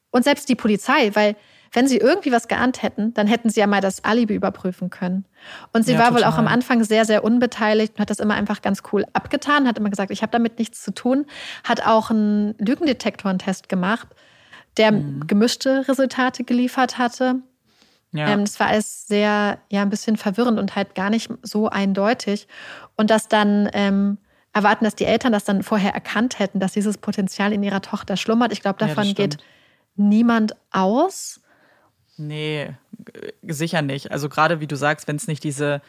Und selbst die Polizei, weil wenn sie irgendwie was geahnt hätten, dann hätten sie ja mal das Alibi überprüfen können. Und sie war wohl auch am Anfang sehr, sehr unbeteiligt und hat das immer einfach ganz cool abgetan, hat immer gesagt, ich habe damit nichts zu tun, hat auch einen Lügendetektorentest gemacht, der gemischte Resultate geliefert hatte. Ja. Das war alles sehr, ein bisschen verwirrend und halt gar nicht so eindeutig. Und dass dann erwarten, dass die Eltern das dann vorher erkannt hätten, dass dieses Potenzial in ihrer Tochter schlummert. Ich glaube, davon geht niemand aus. Nee, sicher nicht. Also gerade wie du sagst, wenn es nicht diese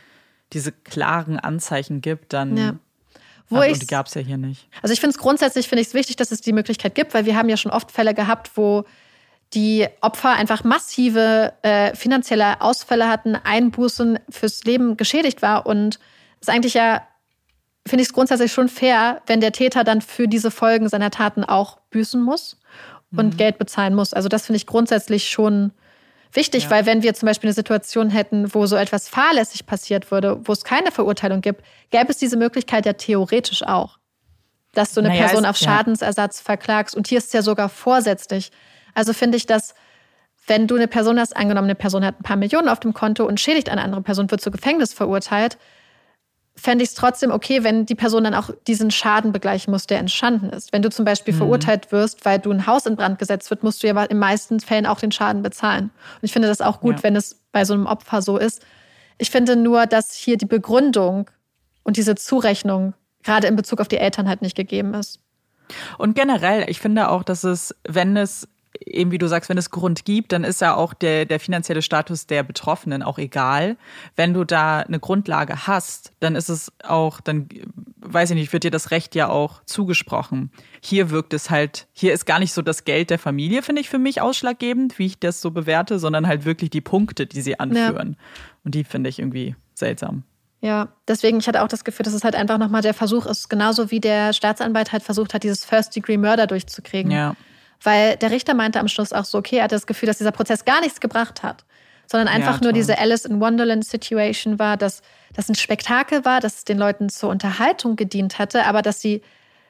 klaren Anzeichen gibt, dann und die gab es ja hier nicht. Also ich finde es grundsätzlich wichtig, dass es die Möglichkeit gibt, weil wir haben ja schon oft Fälle gehabt, wo die Opfer einfach massive finanzielle Ausfälle hatten, Einbußen fürs Leben geschädigt war. Und es ist eigentlich finde ich es grundsätzlich schon fair, wenn der Täter dann für diese Folgen seiner Taten auch büßen muss und Geld bezahlen muss. Also das finde ich grundsätzlich schon wichtig, weil wenn wir zum Beispiel eine Situation hätten, wo so etwas fahrlässig passiert würde, wo es keine Verurteilung gibt, gäbe es diese Möglichkeit ja theoretisch auch, dass du eine Person auf Schadensersatz verklagst. Und hier ist es ja sogar vorsätzlich. Also finde ich, dass wenn du eine Person hast, angenommen, eine Person hat ein paar Millionen auf dem Konto und schädigt eine andere Person, wird zu Gefängnis verurteilt, fände ich es trotzdem okay, wenn die Person dann auch diesen Schaden begleichen muss, der entstanden ist. Wenn du zum Beispiel verurteilt wirst, weil du ein Haus in Brand gesetzt wird, musst du ja in den meisten Fällen auch den Schaden bezahlen. Und ich finde das auch gut, wenn es bei so einem Opfer so ist. Ich finde nur, dass hier die Begründung und diese Zurechnung gerade in Bezug auf die Eltern halt nicht gegeben ist. Und generell, ich finde auch, dass wenn es eben wie du sagst, wenn es Grund gibt, dann ist ja auch der finanzielle Status der Betroffenen auch egal. Wenn du da eine Grundlage hast, dann ist es auch, dann weiß ich nicht, wird dir das Recht ja auch zugesprochen. Hier ist gar nicht so das Geld der Familie, finde ich, für mich ausschlaggebend, wie ich das so bewerte, sondern halt wirklich die Punkte, die sie anführen. Ja. Und die finde ich irgendwie seltsam. Ja, deswegen, ich hatte auch das Gefühl, dass es halt einfach nochmal der Versuch ist, genauso wie der Staatsanwalt halt versucht hat, dieses First-Degree-Murder durchzukriegen. Ja. Weil der Richter meinte am Schluss auch so, okay, er hatte das Gefühl, dass dieser Prozess gar nichts gebracht hat, sondern einfach nur diese Alice-in-Wonderland-Situation war, dass das ein Spektakel war, dass es den Leuten zur Unterhaltung gedient hatte, aber dass sie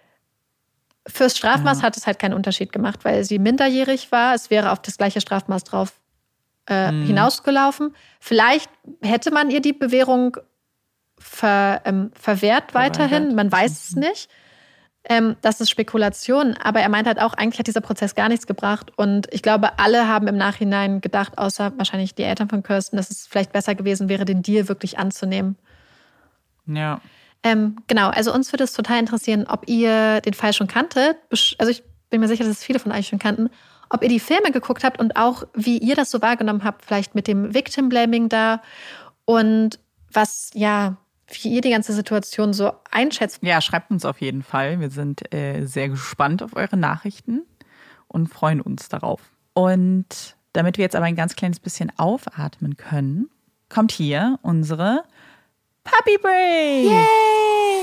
fürs Strafmaß hat es halt keinen Unterschied gemacht, weil sie minderjährig war. Es wäre auf das gleiche Strafmaß drauf hinausgelaufen. Vielleicht hätte man ihr die Bewährung verwehrt weiterhin, man weiß es nicht. Das ist Spekulation, aber er meint halt auch, eigentlich hat dieser Prozess gar nichts gebracht und ich glaube, alle haben im Nachhinein gedacht, außer wahrscheinlich die Eltern von Kirsten, dass es vielleicht besser gewesen wäre, den Deal wirklich anzunehmen. Ja. Genau, also uns würde es total interessieren, ob ihr den Fall schon kanntet. Also ich bin mir sicher, dass es viele von euch schon kannten. Ob ihr die Filme geguckt habt und auch, wie ihr das so wahrgenommen habt, vielleicht mit dem Victim-Blaming da und wie ihr die ganze Situation so einschätzt. Ja, schreibt uns auf jeden Fall. Wir sind sehr gespannt auf eure Nachrichten und freuen uns darauf. Und damit wir jetzt aber ein ganz kleines bisschen aufatmen können, kommt hier unsere Puppy Break. Yay!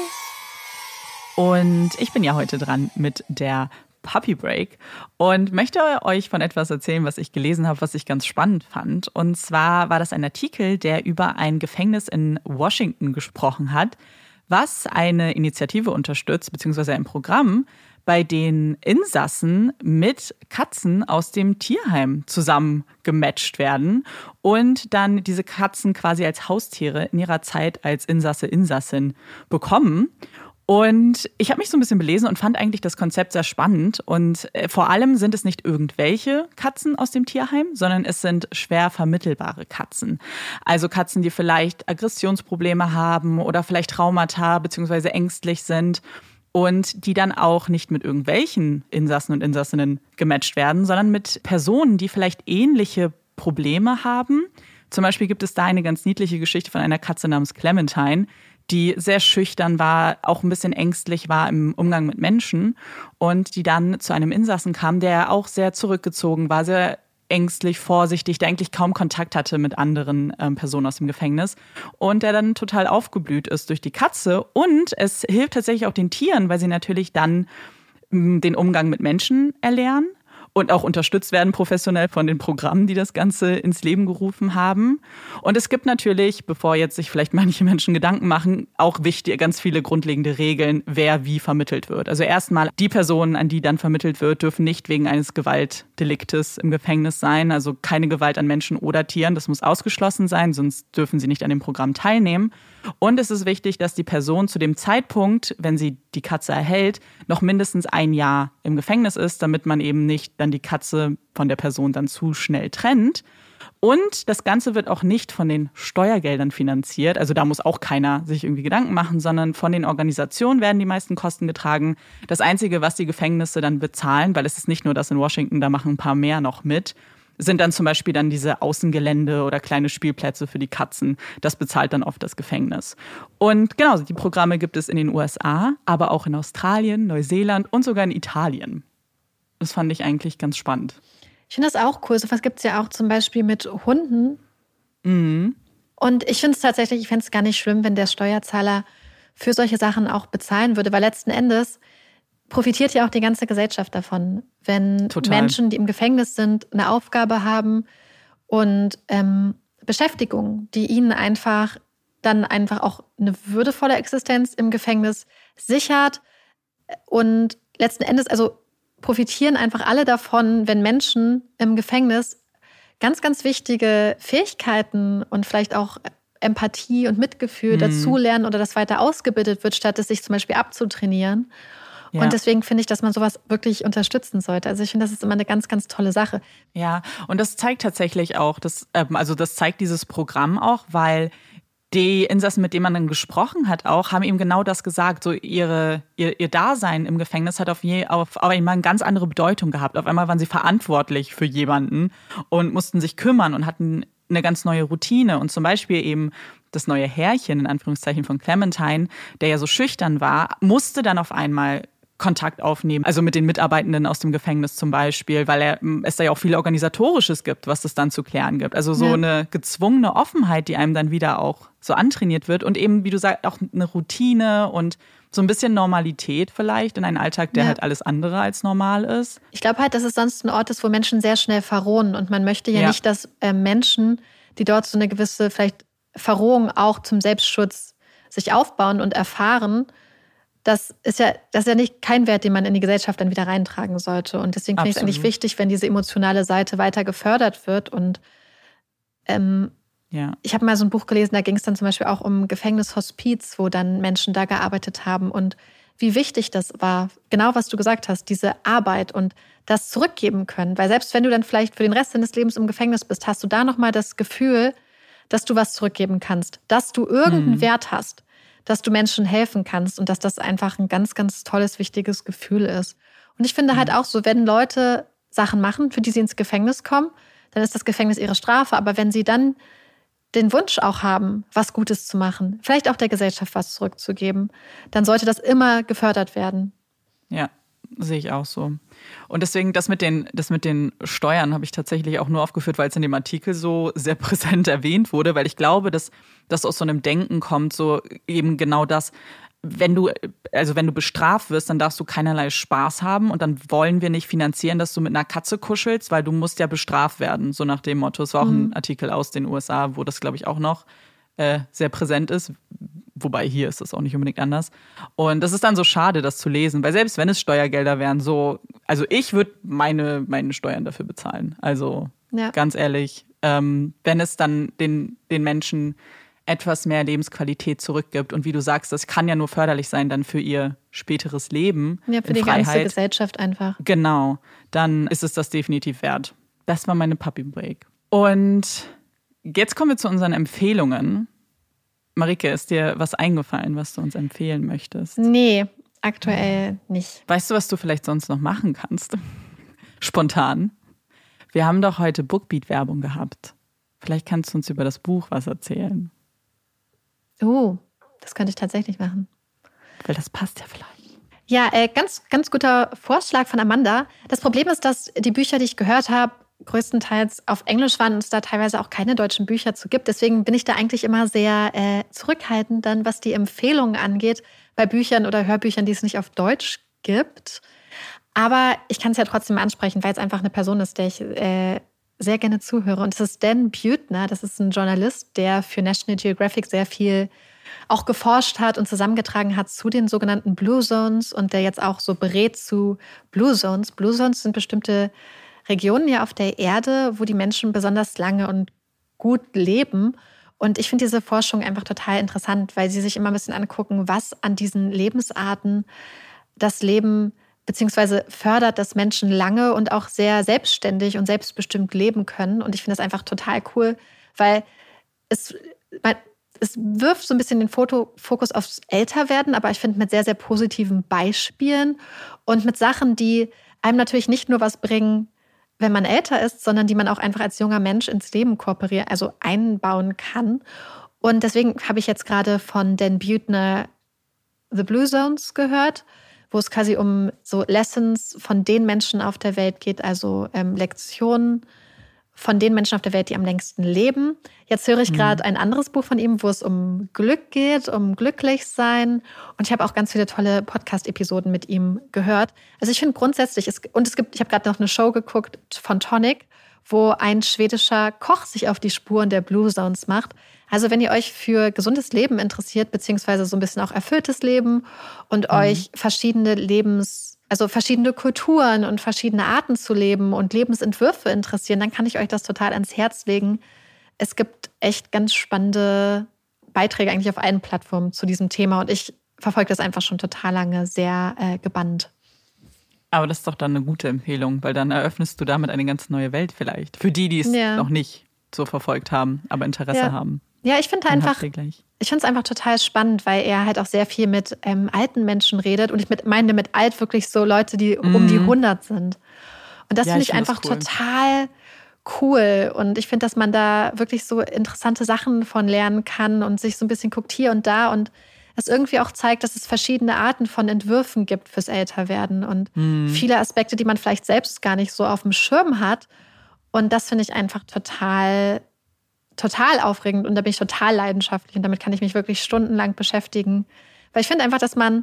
Und ich bin ja heute dran mit der Puppy Break und möchte euch von etwas erzählen, was ich gelesen habe, was ich ganz spannend fand. Und zwar war das ein Artikel, der über ein Gefängnis in Washington gesprochen hat, was eine Initiative unterstützt, beziehungsweise ein Programm, bei den Insassen mit Katzen aus dem Tierheim zusammen gematcht werden und dann diese Katzen quasi als Haustiere in ihrer Zeit als Insassin bekommen. Und ich habe mich so ein bisschen belesen und fand eigentlich das Konzept sehr spannend. Und vor allem sind es nicht irgendwelche Katzen aus dem Tierheim, sondern es sind schwer vermittelbare Katzen. Also Katzen, die vielleicht Aggressionsprobleme haben oder vielleicht Traumata bzw. ängstlich sind. Und die dann auch nicht mit irgendwelchen Insassen und Insassinnen gematcht werden, sondern mit Personen, die vielleicht ähnliche Probleme haben. Zum Beispiel gibt es da eine ganz niedliche Geschichte von einer Katze namens Clementine, die sehr schüchtern war, auch ein bisschen ängstlich war im Umgang mit Menschen und die dann zu einem Insassen kam, der auch sehr zurückgezogen war, sehr ängstlich, vorsichtig, der eigentlich kaum Kontakt hatte mit anderen Personen aus dem Gefängnis und der dann total aufgeblüht ist durch die Katze. Und es hilft tatsächlich auch den Tieren, weil sie natürlich dann den Umgang mit Menschen erlernen und auch unterstützt werden professionell von den Programmen, die das Ganze ins Leben gerufen haben. Und es gibt natürlich, bevor jetzt sich vielleicht manche Menschen Gedanken machen, auch wichtig, ganz viele grundlegende Regeln, wer wie vermittelt wird. Also erstmal, die Personen, an die dann vermittelt wird, dürfen nicht wegen eines Gewaltdeliktes im Gefängnis sein. Also keine Gewalt an Menschen oder Tieren, das muss ausgeschlossen sein, sonst dürfen sie nicht an dem Programm teilnehmen. Und es ist wichtig, dass die Person zu dem Zeitpunkt, wenn sie die Katze erhält, noch mindestens 1 Jahr im Gefängnis ist, damit man eben nicht dann die Katze von der Person dann zu schnell trennt. Und das Ganze wird auch nicht von den Steuergeldern finanziert. Also da muss auch keiner sich irgendwie Gedanken machen, sondern von den Organisationen werden die meisten Kosten getragen. Das Einzige, was die Gefängnisse dann bezahlen, weil es ist nicht nur das in Washington, da machen ein paar mehr noch mit, sind dann zum Beispiel dann diese Außengelände oder kleine Spielplätze für die Katzen. Das bezahlt dann oft das Gefängnis. Und genau, die Programme gibt es in den USA, aber auch in Australien, Neuseeland und sogar in Italien. Das fand ich eigentlich ganz spannend. Ich finde das auch cool. So was gibt es ja auch zum Beispiel mit Hunden. Mhm. Und ich finde es gar nicht schlimm, wenn der Steuerzahler für solche Sachen auch bezahlen würde, weil letzten Endes profitiert ja auch die ganze Gesellschaft davon, wenn Menschen, die im Gefängnis sind, eine Aufgabe haben und Beschäftigung, die ihnen einfach auch eine würdevolle Existenz im Gefängnis sichert. Und letzten Endes, also profitieren einfach alle davon, wenn Menschen im Gefängnis ganz, ganz wichtige Fähigkeiten und vielleicht auch Empathie und Mitgefühl dazulernen oder das weiter ausgebildet wird, statt es sich zum Beispiel abzutrainieren. Ja. Und deswegen finde ich, dass man sowas wirklich unterstützen sollte. Also ich finde, das ist immer eine ganz, ganz tolle Sache. Ja, und das zeigt tatsächlich auch, das zeigt dieses Programm auch, weil die Insassen, mit denen man dann gesprochen hat, auch, haben eben genau das gesagt. So ihr Dasein im Gefängnis hat auf einmal eine ganz andere Bedeutung gehabt. Auf einmal waren sie verantwortlich für jemanden und mussten sich kümmern und hatten eine ganz neue Routine. Und zum Beispiel eben das neue Herrchen, in Anführungszeichen, von Clementine, der ja so schüchtern war, musste dann auf einmal Kontakt aufnehmen, also mit den Mitarbeitenden aus dem Gefängnis zum Beispiel, weil es da ja auch viel Organisatorisches gibt, was es dann zu klären gibt. Also so eine gezwungene Offenheit, die einem dann wieder auch so antrainiert wird und eben, wie du sagst, auch eine Routine und so ein bisschen Normalität vielleicht in einen Alltag, der halt alles andere als normal ist. Ich glaube halt, dass es sonst ein Ort ist, wo Menschen sehr schnell verrohen und man möchte ja nicht, dass Menschen, die dort so eine gewisse vielleicht Verrohung auch zum Selbstschutz sich aufbauen und erfahren, das ist ja nicht kein Wert, den man in die Gesellschaft dann wieder reintragen sollte. Und deswegen finde ich es eigentlich wichtig, wenn diese emotionale Seite weiter gefördert wird. Und ich habe mal so ein Buch gelesen, da ging es dann zum Beispiel auch um Gefängnishospiz, wo dann Menschen da gearbeitet haben und wie wichtig das war, genau was du gesagt hast, diese Arbeit und das zurückgeben können. Weil selbst wenn du dann vielleicht für den Rest deines Lebens im Gefängnis bist, hast du da nochmal das Gefühl, dass du was zurückgeben kannst, dass du irgendeinen Wert hast, dass du Menschen helfen kannst und dass das einfach ein ganz, ganz tolles, wichtiges Gefühl ist. Und ich finde halt auch so, wenn Leute Sachen machen, für die sie ins Gefängnis kommen, dann ist das Gefängnis ihre Strafe. Aber wenn sie dann den Wunsch auch haben, was Gutes zu machen, vielleicht auch der Gesellschaft was zurückzugeben, dann sollte das immer gefördert werden. Ja, sehe ich auch so. Und deswegen, das mit den Steuern habe ich tatsächlich auch nur aufgeführt, weil es in dem Artikel so sehr präsent erwähnt wurde, weil ich glaube, dass das aus so einem Denken kommt, so eben genau das, wenn du bestraft wirst, dann darfst du keinerlei Spaß haben und dann wollen wir nicht finanzieren, dass du mit einer Katze kuschelst, weil du musst ja bestraft werden, so nach dem Motto. Es war auch ein Artikel aus den USA, wo das, glaube ich, auch noch sehr präsent ist. Wobei hier ist das auch nicht unbedingt anders. Und das ist dann so schade, das zu lesen, weil selbst wenn es Steuergelder wären, also ich würde meine Steuern dafür bezahlen. Also ganz ehrlich, wenn es dann den Menschen etwas mehr Lebensqualität zurückgibt und wie du sagst, das kann ja nur förderlich sein dann für ihr späteres Leben. Ja, für die ganze Gesellschaft einfach. Genau, dann ist es das definitiv wert. Das war meine Puppy Break. Und jetzt kommen wir zu unseren Empfehlungen. Marike, ist dir was eingefallen, was du uns empfehlen möchtest? Nee, aktuell nicht. Weißt du, was du vielleicht sonst noch machen kannst? Spontan. Wir haben doch heute Bookbeat-Werbung gehabt. Vielleicht kannst du uns über das Buch was erzählen. Oh, das könnte ich tatsächlich machen. Weil das passt ja vielleicht. Ja, ganz, ganz guter Vorschlag von Amanda. Das Problem ist, dass die Bücher, die ich gehört habe, größtenteils auf Englisch waren und es da teilweise auch keine deutschen Bücher zu gibt. Deswegen bin ich da eigentlich immer sehr zurückhaltend, dann was die Empfehlungen angeht, bei Büchern oder Hörbüchern, die es nicht auf Deutsch gibt. Aber ich kann es ja trotzdem ansprechen, weil es einfach eine Person ist, der ich sehr gerne zuhöre. Und das ist Dan Buettner. Das ist ein Journalist, der für National Geographic sehr viel auch geforscht hat und zusammengetragen hat zu den sogenannten Blue Zones und der jetzt auch so berät zu Blue Zones. Blue Zones sind bestimmte Regionen hier auf der Erde, wo die Menschen besonders lange und gut leben. Und ich finde diese Forschung einfach total interessant, weil sie sich immer ein bisschen angucken, was an diesen Lebensarten das Leben beziehungsweise fördert, dass Menschen lange und auch sehr selbstständig und selbstbestimmt leben können. Und ich finde das einfach total cool, weil es wirft so ein bisschen den Fokus aufs Älterwerden, aber ich finde mit sehr, sehr positiven Beispielen und mit Sachen, die einem natürlich nicht nur was bringen, wenn man älter ist, sondern die man auch einfach als junger Mensch ins Leben einbauen kann. Und deswegen habe ich jetzt gerade von Dan Buettner The Blue Zones gehört, wo es quasi um so Lessons von den Menschen auf der Welt geht, also Lektionen von den Menschen auf der Welt, die am längsten leben. Jetzt höre ich gerade ein anderes Buch von ihm, wo es um Glück geht, um Glücklichsein. Und ich habe auch ganz viele tolle Podcast-Episoden mit ihm gehört. Also ich finde grundsätzlich, ich habe gerade noch eine Show geguckt von Tonic, wo ein schwedischer Koch sich auf die Spuren der Blue Zones macht. Also wenn ihr euch für gesundes Leben interessiert, beziehungsweise so ein bisschen auch erfülltes Leben und euch verschiedene Kulturen und verschiedene Arten zu leben und Lebensentwürfe interessieren, dann kann ich euch das total ans Herz legen. Es gibt echt ganz spannende Beiträge eigentlich auf allen Plattformen zu diesem Thema und ich verfolge das einfach schon total lange sehr gebannt. Aber das ist doch dann eine gute Empfehlung, weil dann eröffnest du damit eine ganz neue Welt vielleicht. Für die es noch nicht so verfolgt haben, aber Interesse haben. Ja, ich finde es einfach total spannend, weil er halt auch sehr viel mit alten Menschen redet. Und ich meine mit alt wirklich so Leute, die um die 100 sind. Und das finde ich einfach total cool. Und ich finde, dass man da wirklich so interessante Sachen von lernen kann und sich so ein bisschen guckt hier und da. Und es irgendwie auch zeigt, dass es verschiedene Arten von Entwürfen gibt fürs Älterwerden. Und viele Aspekte, die man vielleicht selbst gar nicht so auf dem Schirm hat. Und das finde ich einfach total aufregend und da bin ich total leidenschaftlich und damit kann ich mich wirklich stundenlang beschäftigen. Weil ich finde einfach, dass man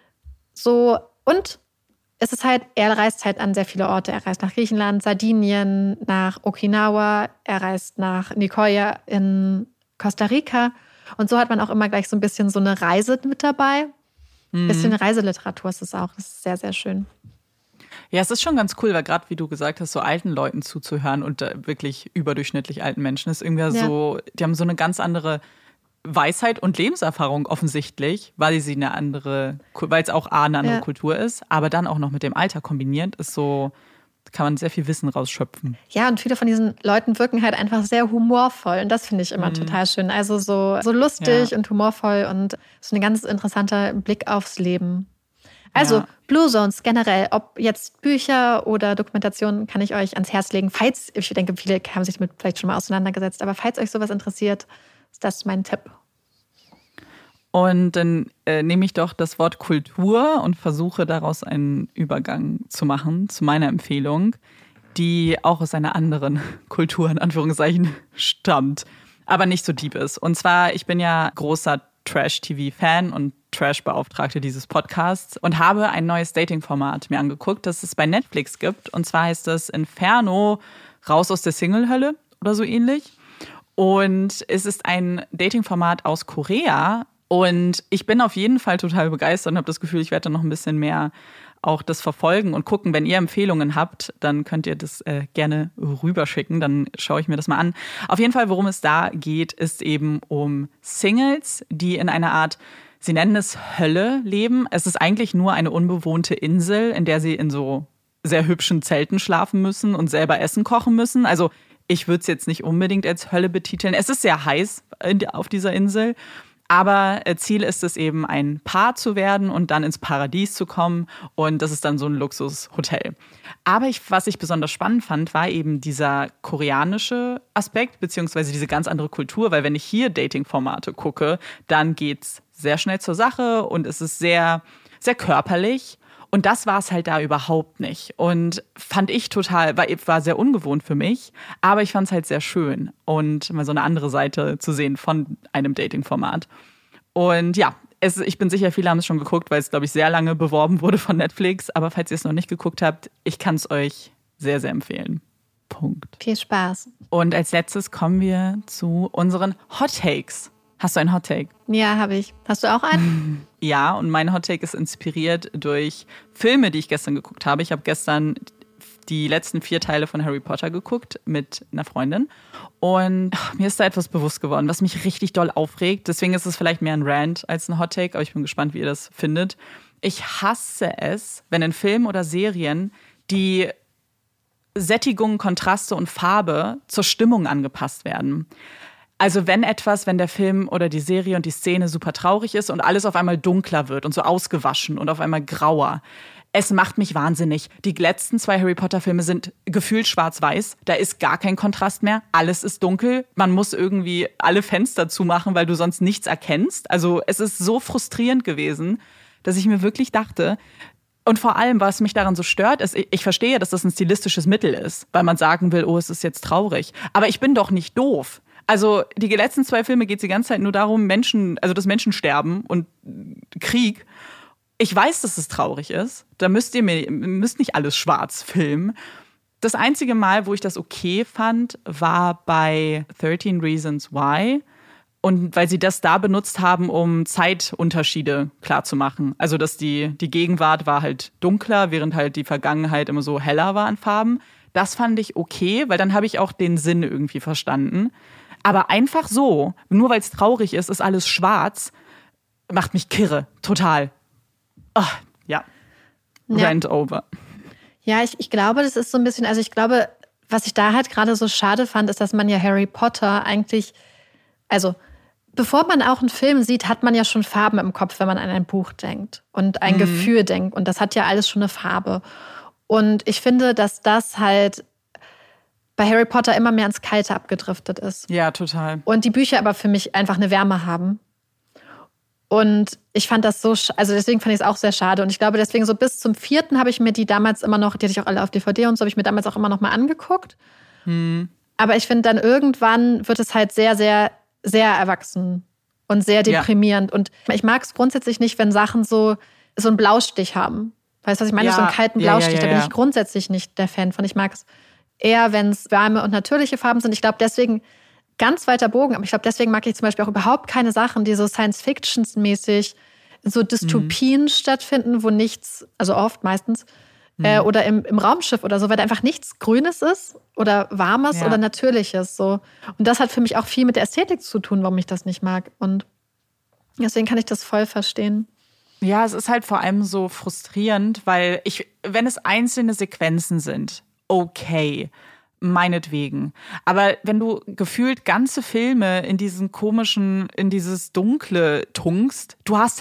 er reist halt an sehr viele Orte. Er reist nach Griechenland, Sardinien, nach Okinawa, er reist nach Nicoya in Costa Rica und so hat man auch immer gleich so ein bisschen so eine Reise mit dabei. Ein bisschen Reiseliteratur ist es auch. Das ist sehr, sehr schön. Ja, es ist schon ganz cool, weil gerade, wie du gesagt hast, so alten Leuten zuzuhören und wirklich überdurchschnittlich alten Menschen ist irgendwie so, die haben so eine ganz andere Weisheit und Lebenserfahrung offensichtlich, weil es auch eine andere Kultur ist, aber dann auch noch mit dem Alter kombiniert, ist so, kann man sehr viel Wissen rausschöpfen. Ja, und viele von diesen Leuten wirken halt einfach sehr humorvoll und das finde ich immer total schön. Also so lustig und humorvoll und so ein ganz interessanter Blick aufs Leben. Also Blue Zones generell, ob jetzt Bücher oder Dokumentationen, kann ich euch ans Herz legen. Ich denke, viele haben sich damit vielleicht schon mal auseinandergesetzt, aber falls euch sowas interessiert, ist das mein Tipp. Und dann nehme ich doch das Wort Kultur und versuche daraus einen Übergang zu machen zu meiner Empfehlung, die auch aus einer anderen Kultur in Anführungszeichen stammt, aber nicht so deep ist. Und zwar, ich bin ja großer Trash-TV-Fan und Trash-Beauftragte dieses Podcasts und habe ein neues Dating-Format mir angeguckt, das es bei Netflix gibt. Und zwar heißt es Inferno, raus aus der Single-Hölle oder so ähnlich. Und es ist ein Dating-Format aus Korea. Und ich bin auf jeden Fall total begeistert und habe das Gefühl, ich werde da noch ein bisschen mehr auch das verfolgen und gucken. Wenn ihr Empfehlungen habt, dann könnt ihr das gerne rüberschicken. Dann schaue ich mir das mal an. Auf jeden Fall, worum es da geht, ist eben um Singles, die in einer Art, sie nennen es Hölle, leben. Es ist eigentlich nur eine unbewohnte Insel, in der sie in so sehr hübschen Zelten schlafen müssen und selber Essen kochen müssen. Also ich würde es jetzt nicht unbedingt als Hölle betiteln. Es ist sehr heiß auf dieser Insel. Aber Ziel ist es eben, ein Paar zu werden und dann ins Paradies zu kommen. Und das ist dann so ein Luxushotel. Aber was ich besonders spannend fand, war eben dieser koreanische Aspekt, beziehungsweise diese ganz andere Kultur. Weil wenn ich hier Dating-Formate gucke, dann geht's sehr schnell zur Sache und es ist sehr, sehr körperlich. Und das war es halt da überhaupt nicht. Und fand ich war sehr ungewohnt für mich, aber ich fand es halt sehr schön und mal so eine andere Seite zu sehen von einem Dating-Format. Und ja, Ich bin sicher, viele haben es schon geguckt, weil es, glaube ich, sehr lange beworben wurde von Netflix. Aber falls ihr es noch nicht geguckt habt, ich kann es euch sehr, sehr empfehlen. Punkt. Viel Spaß. Und als letztes kommen wir zu unseren Hot Takes. Hast du einen Hot Take? Ja, habe ich. Hast du auch einen? Ja, und mein Hot Take ist inspiriert durch Filme, die ich gestern geguckt habe. Ich habe gestern die letzten 4 Teile von Harry Potter geguckt mit einer Freundin. Und mir ist da etwas bewusst geworden, was mich richtig doll aufregt. Deswegen ist es vielleicht mehr ein Rant als ein Hot Take, aber ich bin gespannt, wie ihr das findet. Ich hasse es, wenn in Filmen oder Serien die Sättigung, Kontraste und Farbe zur Stimmung angepasst werden. Also wenn der Film oder die Serie und die Szene super traurig ist und alles auf einmal dunkler wird und so ausgewaschen und auf einmal grauer. Es macht mich wahnsinnig. Die letzten 2 Harry Potter Filme sind gefühlt schwarz-weiß. Da ist gar kein Kontrast mehr. Alles ist dunkel. Man muss irgendwie alle Fenster zumachen, weil du sonst nichts erkennst. Also es ist so frustrierend gewesen, dass ich mir wirklich dachte, und vor allem, was mich daran so stört, ist, ich verstehe, dass das ein stilistisches Mittel ist, weil man sagen will, oh, es ist jetzt traurig. Aber ich bin doch nicht doof. Also die letzten 2 Filme geht es die ganze Zeit nur darum, dass Menschen sterben und Krieg. Ich weiß, dass es traurig ist. Da müsst nicht alles schwarz filmen. Das einzige Mal, wo ich das okay fand, war bei 13 Reasons Why. Und weil sie das da benutzt haben, um Zeitunterschiede klarzumachen. Also, dass die Gegenwart war halt dunkler, während halt die Vergangenheit immer so heller war an Farben. Das fand ich okay, weil dann habe ich auch den Sinn irgendwie verstanden. Aber einfach so, nur weil es traurig ist, ist alles schwarz, macht mich kirre. Total. Oh, ja. Rant over. Ja, ich glaube, das ist so ein bisschen, also ich glaube, was ich da halt gerade so schade fand, ist, dass man ja Harry Potter eigentlich, also bevor man auch einen Film sieht, hat man ja schon Farben im Kopf, wenn man an ein Buch denkt und ein Gefühl denkt. Und das hat ja alles schon eine Farbe. Und ich finde, dass das halt bei Harry Potter immer mehr ins Kalte abgedriftet ist. Ja, total. Und die Bücher aber für mich einfach eine Wärme haben. Und ich fand das so, also deswegen fand ich es auch sehr schade. Und ich glaube, deswegen so bis zum 4. habe ich mir die damals immer noch, die hatte ich auch alle auf DVD und so, habe ich mir damals auch immer noch mal angeguckt. Aber ich finde, dann irgendwann wird es halt sehr, sehr, sehr erwachsen und sehr deprimierend. Ja. Und ich mag es grundsätzlich nicht, wenn Sachen so einen Blaustich haben. Weißt du, was ich meine? Ja. So einen kalten Blaustich, da bin ich grundsätzlich nicht der Fan von. Ich mag es eher, wenn es warme und natürliche Farben sind. Ich glaube, deswegen ganz weiter Bogen, aber ich glaube, deswegen mag ich zum Beispiel auch überhaupt keine Sachen, die so Science-Fiction-mäßig so Dystopien stattfinden, wo nichts, also oft meistens, oder im Raumschiff oder so, weil da einfach nichts Grünes ist oder Warmes oder Natürliches. So. Und das hat für mich auch viel mit der Ästhetik zu tun, warum ich das nicht mag. Und deswegen kann ich das voll verstehen. Ja, es ist halt vor allem so frustrierend, weil wenn es einzelne Sequenzen sind, okay, meinetwegen. Aber wenn du gefühlt ganze Filme in dieses Dunkle tunkst,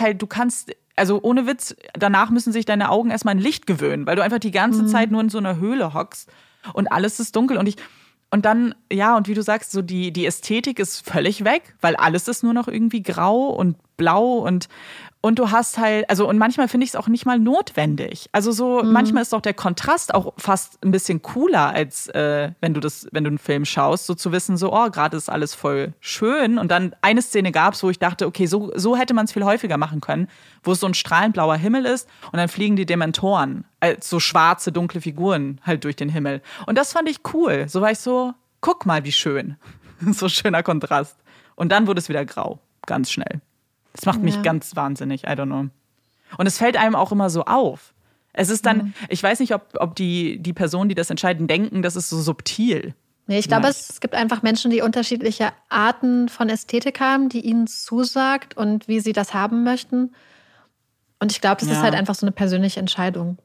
also ohne Witz, danach müssen sich deine Augen erstmal an Licht gewöhnen, weil du einfach die ganze Zeit nur in so einer Höhle hockst und alles ist dunkel. Und dann, und wie du sagst, so die Ästhetik ist völlig weg, weil alles ist nur noch irgendwie grau und blau und du hast halt, also und manchmal finde ich es auch nicht mal notwendig. Also so, manchmal ist auch der Kontrast auch fast ein bisschen cooler, als wenn du einen Film schaust, so zu wissen, so, oh, gerade ist alles voll schön. Und dann eine Szene gab es, wo ich dachte, okay, so hätte man es viel häufiger machen können, wo es so ein strahlend blauer Himmel ist und dann fliegen die Dementoren als so schwarze, dunkle Figuren halt durch den Himmel. Und das fand ich cool. So war ich so, guck mal, wie schön. So schöner Kontrast. Und dann wurde es wieder grau, ganz schnell. Das macht mich ganz wahnsinnig, I don't know. Und es fällt einem auch immer so auf. Es ist dann, ich weiß nicht, ob die Personen, die das entscheiden, denken, das ist so subtil. Nee, ich glaube, es gibt einfach Menschen, die unterschiedliche Arten von Ästhetik haben, die ihnen zusagt und wie sie das haben möchten. Und ich glaube, das ist halt einfach so eine persönliche Entscheidung.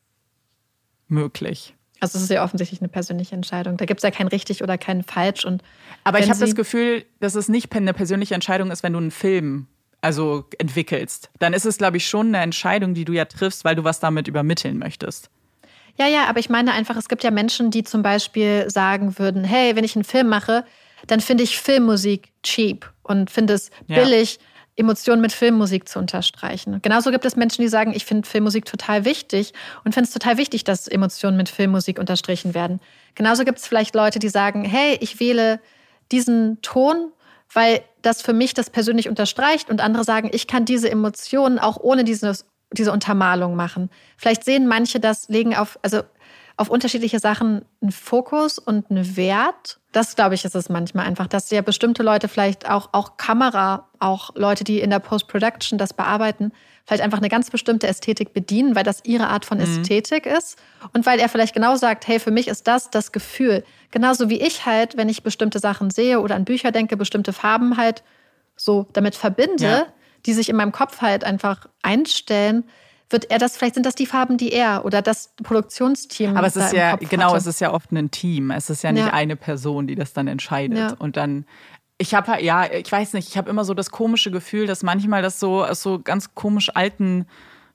Möglich. Also es ist ja offensichtlich eine persönliche Entscheidung. Da gibt es ja kein richtig oder kein falsch. Aber ich habe das Gefühl, dass es nicht eine persönliche Entscheidung ist, wenn du einen Film entwickelst. Dann ist es, glaube ich, schon eine Entscheidung, die du ja triffst, weil du was damit übermitteln möchtest. Ja, aber ich meine einfach, es gibt ja Menschen, die zum Beispiel sagen würden, hey, wenn ich einen Film mache, dann finde ich Filmmusik cheap und finde es billig, Emotionen mit Filmmusik zu unterstreichen. Genauso gibt es Menschen, die sagen, ich finde Filmmusik total wichtig und finde es total wichtig, dass Emotionen mit Filmmusik unterstrichen werden. Genauso gibt es vielleicht Leute, die sagen, hey, ich wähle diesen Ton, weil das für mich das persönlich unterstreicht und andere sagen, ich kann diese Emotionen auch ohne diese Untermalung machen. Vielleicht sehen manche das, legen auf unterschiedliche Sachen einen Fokus und einen Wert. Das, glaube ich, ist es manchmal einfach, dass ja bestimmte Leute vielleicht auch Kamera, auch Leute, die in der Post-Production das bearbeiten, vielleicht einfach eine ganz bestimmte Ästhetik bedienen, weil das ihre Art von Ästhetik ist und weil er vielleicht genau sagt, hey, für mich ist das Gefühl. Genauso wie ich halt, wenn ich bestimmte Sachen sehe oder an Bücher denke, bestimmte Farben halt so damit verbinde, die sich in meinem Kopf halt einfach einstellen, vielleicht sind das die Farben, die er oder das Produktionsteam. Aber es ist ja, genau, hatte. es ist ja oft ein Team. Es ist ja nicht eine Person, die das dann entscheidet. Ja. Und dann, ich weiß nicht, ich habe immer so das komische Gefühl, dass manchmal das so aus so ganz komisch alten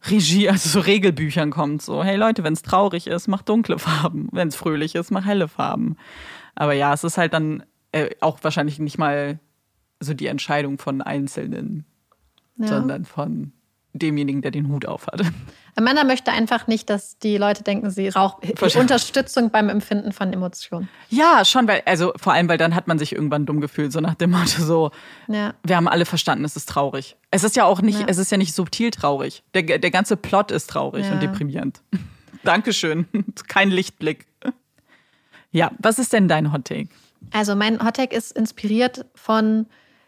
so Regelbüchern kommt. So, hey Leute, wenn es traurig ist, mach dunkle Farben. Wenn es fröhlich ist, mach helle Farben. Aber ja, es ist halt dann auch wahrscheinlich nicht mal so die Entscheidung von Einzelnen, sondern von demjenigen, der den Hut aufhat. Amanda möchte einfach nicht, dass die Leute denken, sie braucht Unterstützung beim Empfinden von Emotionen. Ja, schon, vor allem, weil dann hat man sich irgendwann dumm gefühlt, so nach dem Motto so, wir haben alle verstanden, es ist traurig. Es ist ja auch nicht, es ist ja nicht subtil traurig. Der ganze Plot ist traurig und deprimierend. Dankeschön. Kein Lichtblick. Ja, was ist denn dein Hot Take? Also mein Hot Take ist inspiriert von,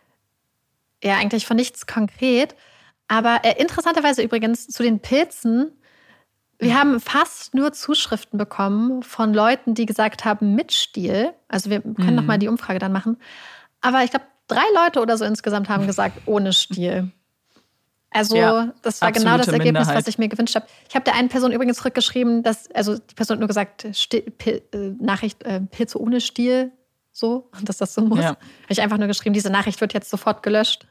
eigentlich von nichts konkret, aber interessanterweise übrigens zu den Pilzen, wir haben fast nur Zuschriften bekommen von Leuten, die gesagt haben, mit Stiel. Also wir können nochmal die Umfrage dann machen. Aber ich glaube, 3 Leute oder so insgesamt haben gesagt, ohne Stiel. Also das war genau das Ergebnis, Minderheit. Was ich mir gewünscht habe. Ich habe der einen Person übrigens zurückgeschrieben, die Person hat nur gesagt, Nachricht, Pilze ohne Stiel, so, dass das so muss. Ja. Habe ich einfach nur geschrieben, diese Nachricht wird jetzt sofort gelöscht.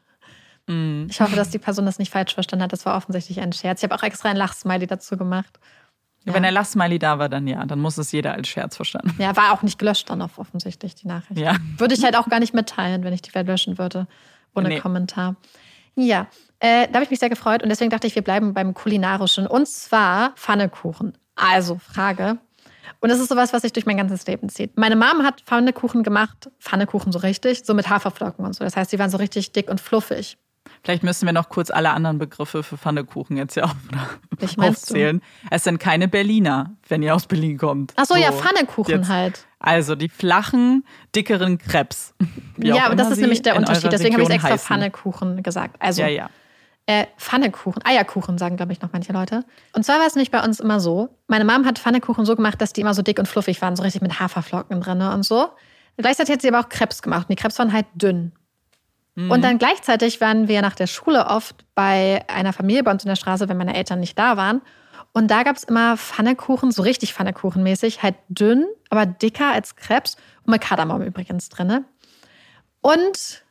Ich hoffe, dass die Person das nicht falsch verstanden hat. Das war offensichtlich ein Scherz. Ich habe auch extra ein Lachsmiley dazu gemacht. Ja. Wenn der Lachsmiley da war, dann muss es jeder als Scherz verstanden. Ja, war auch nicht gelöscht dann offensichtlich, die Nachricht. Ja. Würde ich halt auch gar nicht mitteilen, wenn ich die löschen würde, ohne Kommentar. Ja, da habe ich mich sehr gefreut und deswegen dachte ich, wir bleiben beim Kulinarischen. Und zwar Pfannekuchen. Also, Frage. Und das ist sowas, was sich durch mein ganzes Leben zieht. Meine Mom hat Pfannekuchen gemacht, Pfannekuchen so richtig, so mit Haferflocken und so. Das heißt, die waren so richtig dick und fluffig. Vielleicht müssen wir noch kurz alle anderen Begriffe für Pfannekuchen jetzt ja aufzählen. Es sind keine Berliner, wenn ihr aus Berlin kommt. Ach so, ja, Pfannekuchen jetzt. Halt. Also die flachen, dickeren Crepes. Ja, aber das ist nämlich der Unterschied. Deswegen habe ich extra Pfannekuchen gesagt. Also Pfannekuchen, Eierkuchen sagen, glaube ich, noch manche Leute. Und zwar war es nicht bei uns immer so. Meine Mom hat Pfannekuchen so gemacht, dass die immer so dick und fluffig waren, so richtig mit Haferflocken drin und so. Gleichzeitig hat sie aber auch Crepes gemacht. Und die Crepes waren halt dünn. Und dann gleichzeitig waren wir nach der Schule oft bei einer Familie bei uns in der Straße, wenn meine Eltern nicht da waren. Und da gab es immer Pfannekuchen, so richtig Pfannekuchenmäßig, halt dünn, aber dicker als Crepes und mit Kardamom übrigens drin. Und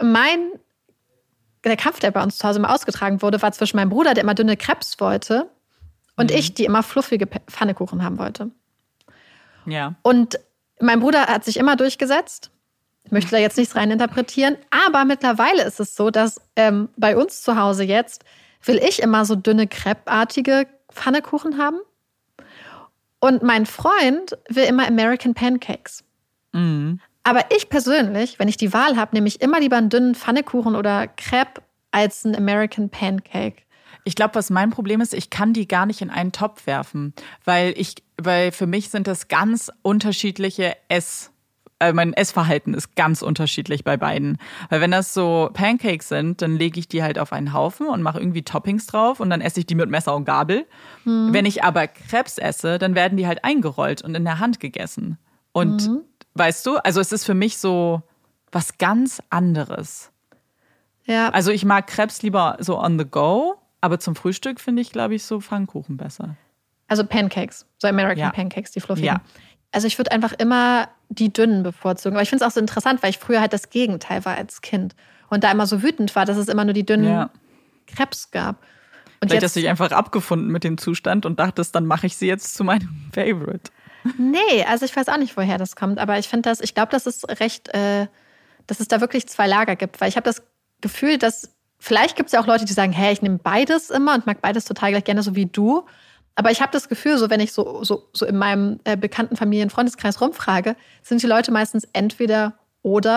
der Kampf, der bei uns zu Hause immer ausgetragen wurde, war zwischen meinem Bruder, der immer dünne Crepes wollte, und ich, die immer fluffige Pfannekuchen haben wollte. Ja. Und mein Bruder hat sich immer durchgesetzt. Ich möchte da jetzt nichts reininterpretieren, aber mittlerweile ist es so, dass bei uns zu Hause jetzt will ich immer so dünne Crepe-artige Pfannekuchen haben und mein Freund will immer American Pancakes. Aber ich persönlich, wenn ich die Wahl habe, nehme ich immer lieber einen dünnen Pfannekuchen oder Crepe als einen American Pancake. Ich glaube, was mein Problem ist, ich kann die gar nicht in einen Topf werfen, weil für mich sind das ganz unterschiedliche mein Essverhalten ist ganz unterschiedlich bei beiden. Weil wenn das so Pancakes sind, dann lege ich die halt auf einen Haufen und mache irgendwie Toppings drauf und dann esse ich die mit Messer und Gabel. Wenn ich aber Crepes esse, dann werden die halt eingerollt und in der Hand gegessen. Und weißt du, also es ist für mich so was ganz anderes. Ja. Also ich mag Crepes lieber so on the go, aber zum Frühstück finde ich, glaube ich, so Pfannkuchen besser. Also Pancakes, so American Pancakes, die fluffigen. Ja. Also ich würde einfach immer die dünnen bevorzugen. Aber ich finde es auch so interessant, weil ich früher halt das Gegenteil war als Kind. Und da immer so wütend war, dass es immer nur die dünnen Crepes gab. Und vielleicht hast du dich einfach abgefunden mit dem Zustand und dachtest, dann mache ich sie jetzt zu meinem Favorite. Nee, also ich weiß auch nicht, woher das kommt. Aber ich glaube, dass es dass es da wirklich 2 Lager gibt. Weil ich habe das Gefühl, dass vielleicht gibt es ja auch Leute, die sagen, hey, ich nehme beides immer und mag beides total gleich gerne, so wie du. Aber ich habe das Gefühl, so wenn ich so in meinem bekannten Familien-Freundeskreis rumfrage, sind die Leute meistens entweder oder.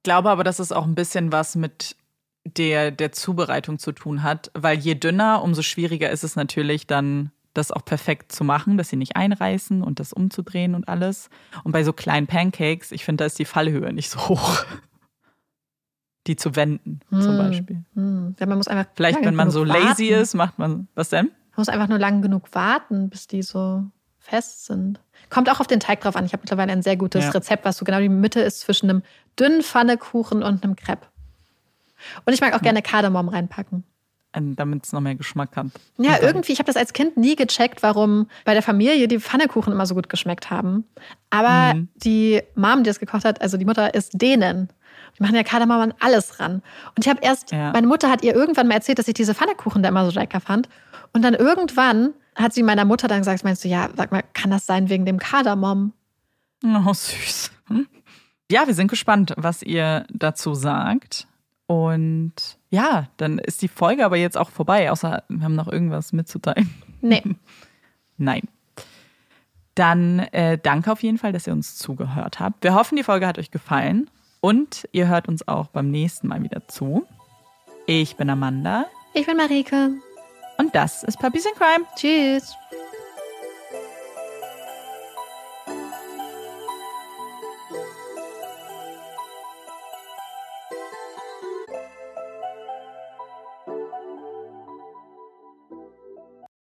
glaube aber, dass es auch ein bisschen was mit der Zubereitung zu tun hat, weil je dünner, umso schwieriger ist es natürlich dann, das auch perfekt zu machen, dass sie nicht einreißen und das umzudrehen und alles. Und bei so kleinen Pancakes, ich finde, da ist die Fallhöhe nicht so hoch. Die zu wenden, zum Beispiel. Ja, man muss einfach vielleicht, wenn man so lazy ist, macht man, was denn? Man muss einfach nur lang genug warten, bis die so fest sind. Kommt auch auf den Teig drauf an. Ich habe mittlerweile ein sehr gutes Rezept, was so genau die Mitte ist zwischen einem dünnen Pfannekuchen und einem Crepe. Und ich mag auch gerne Kardamom reinpacken. Damit es noch mehr Geschmack hat. Ja, irgendwie, ich habe das als Kind nie gecheckt, warum bei der Familie die Pfannekuchen immer so gut geschmeckt haben. Aber die Mom, die das gekocht hat, also die Mutter, ist Dänen. Die machen ja Kardamom an alles ran. Und ich habe meine Mutter hat ihr irgendwann mal erzählt, dass ich diese Pfannekuchen da immer so lecker fand. Und dann irgendwann hat sie meiner Mutter dann gesagt, meinst du, ja, sag mal, kann das sein wegen dem Kardamom? Oh, süß. Ja, wir sind gespannt, was ihr dazu sagt. Und ja, dann ist die Folge aber jetzt auch vorbei, außer wir haben noch irgendwas mitzuteilen. Nee. Nein. Dann danke auf jeden Fall, dass ihr uns zugehört habt. Wir hoffen, die Folge hat euch gefallen und ihr hört uns auch beim nächsten Mal wieder zu. Ich bin Amanda. Ich bin Marike. Und das ist Puppies in Crime. Tschüss.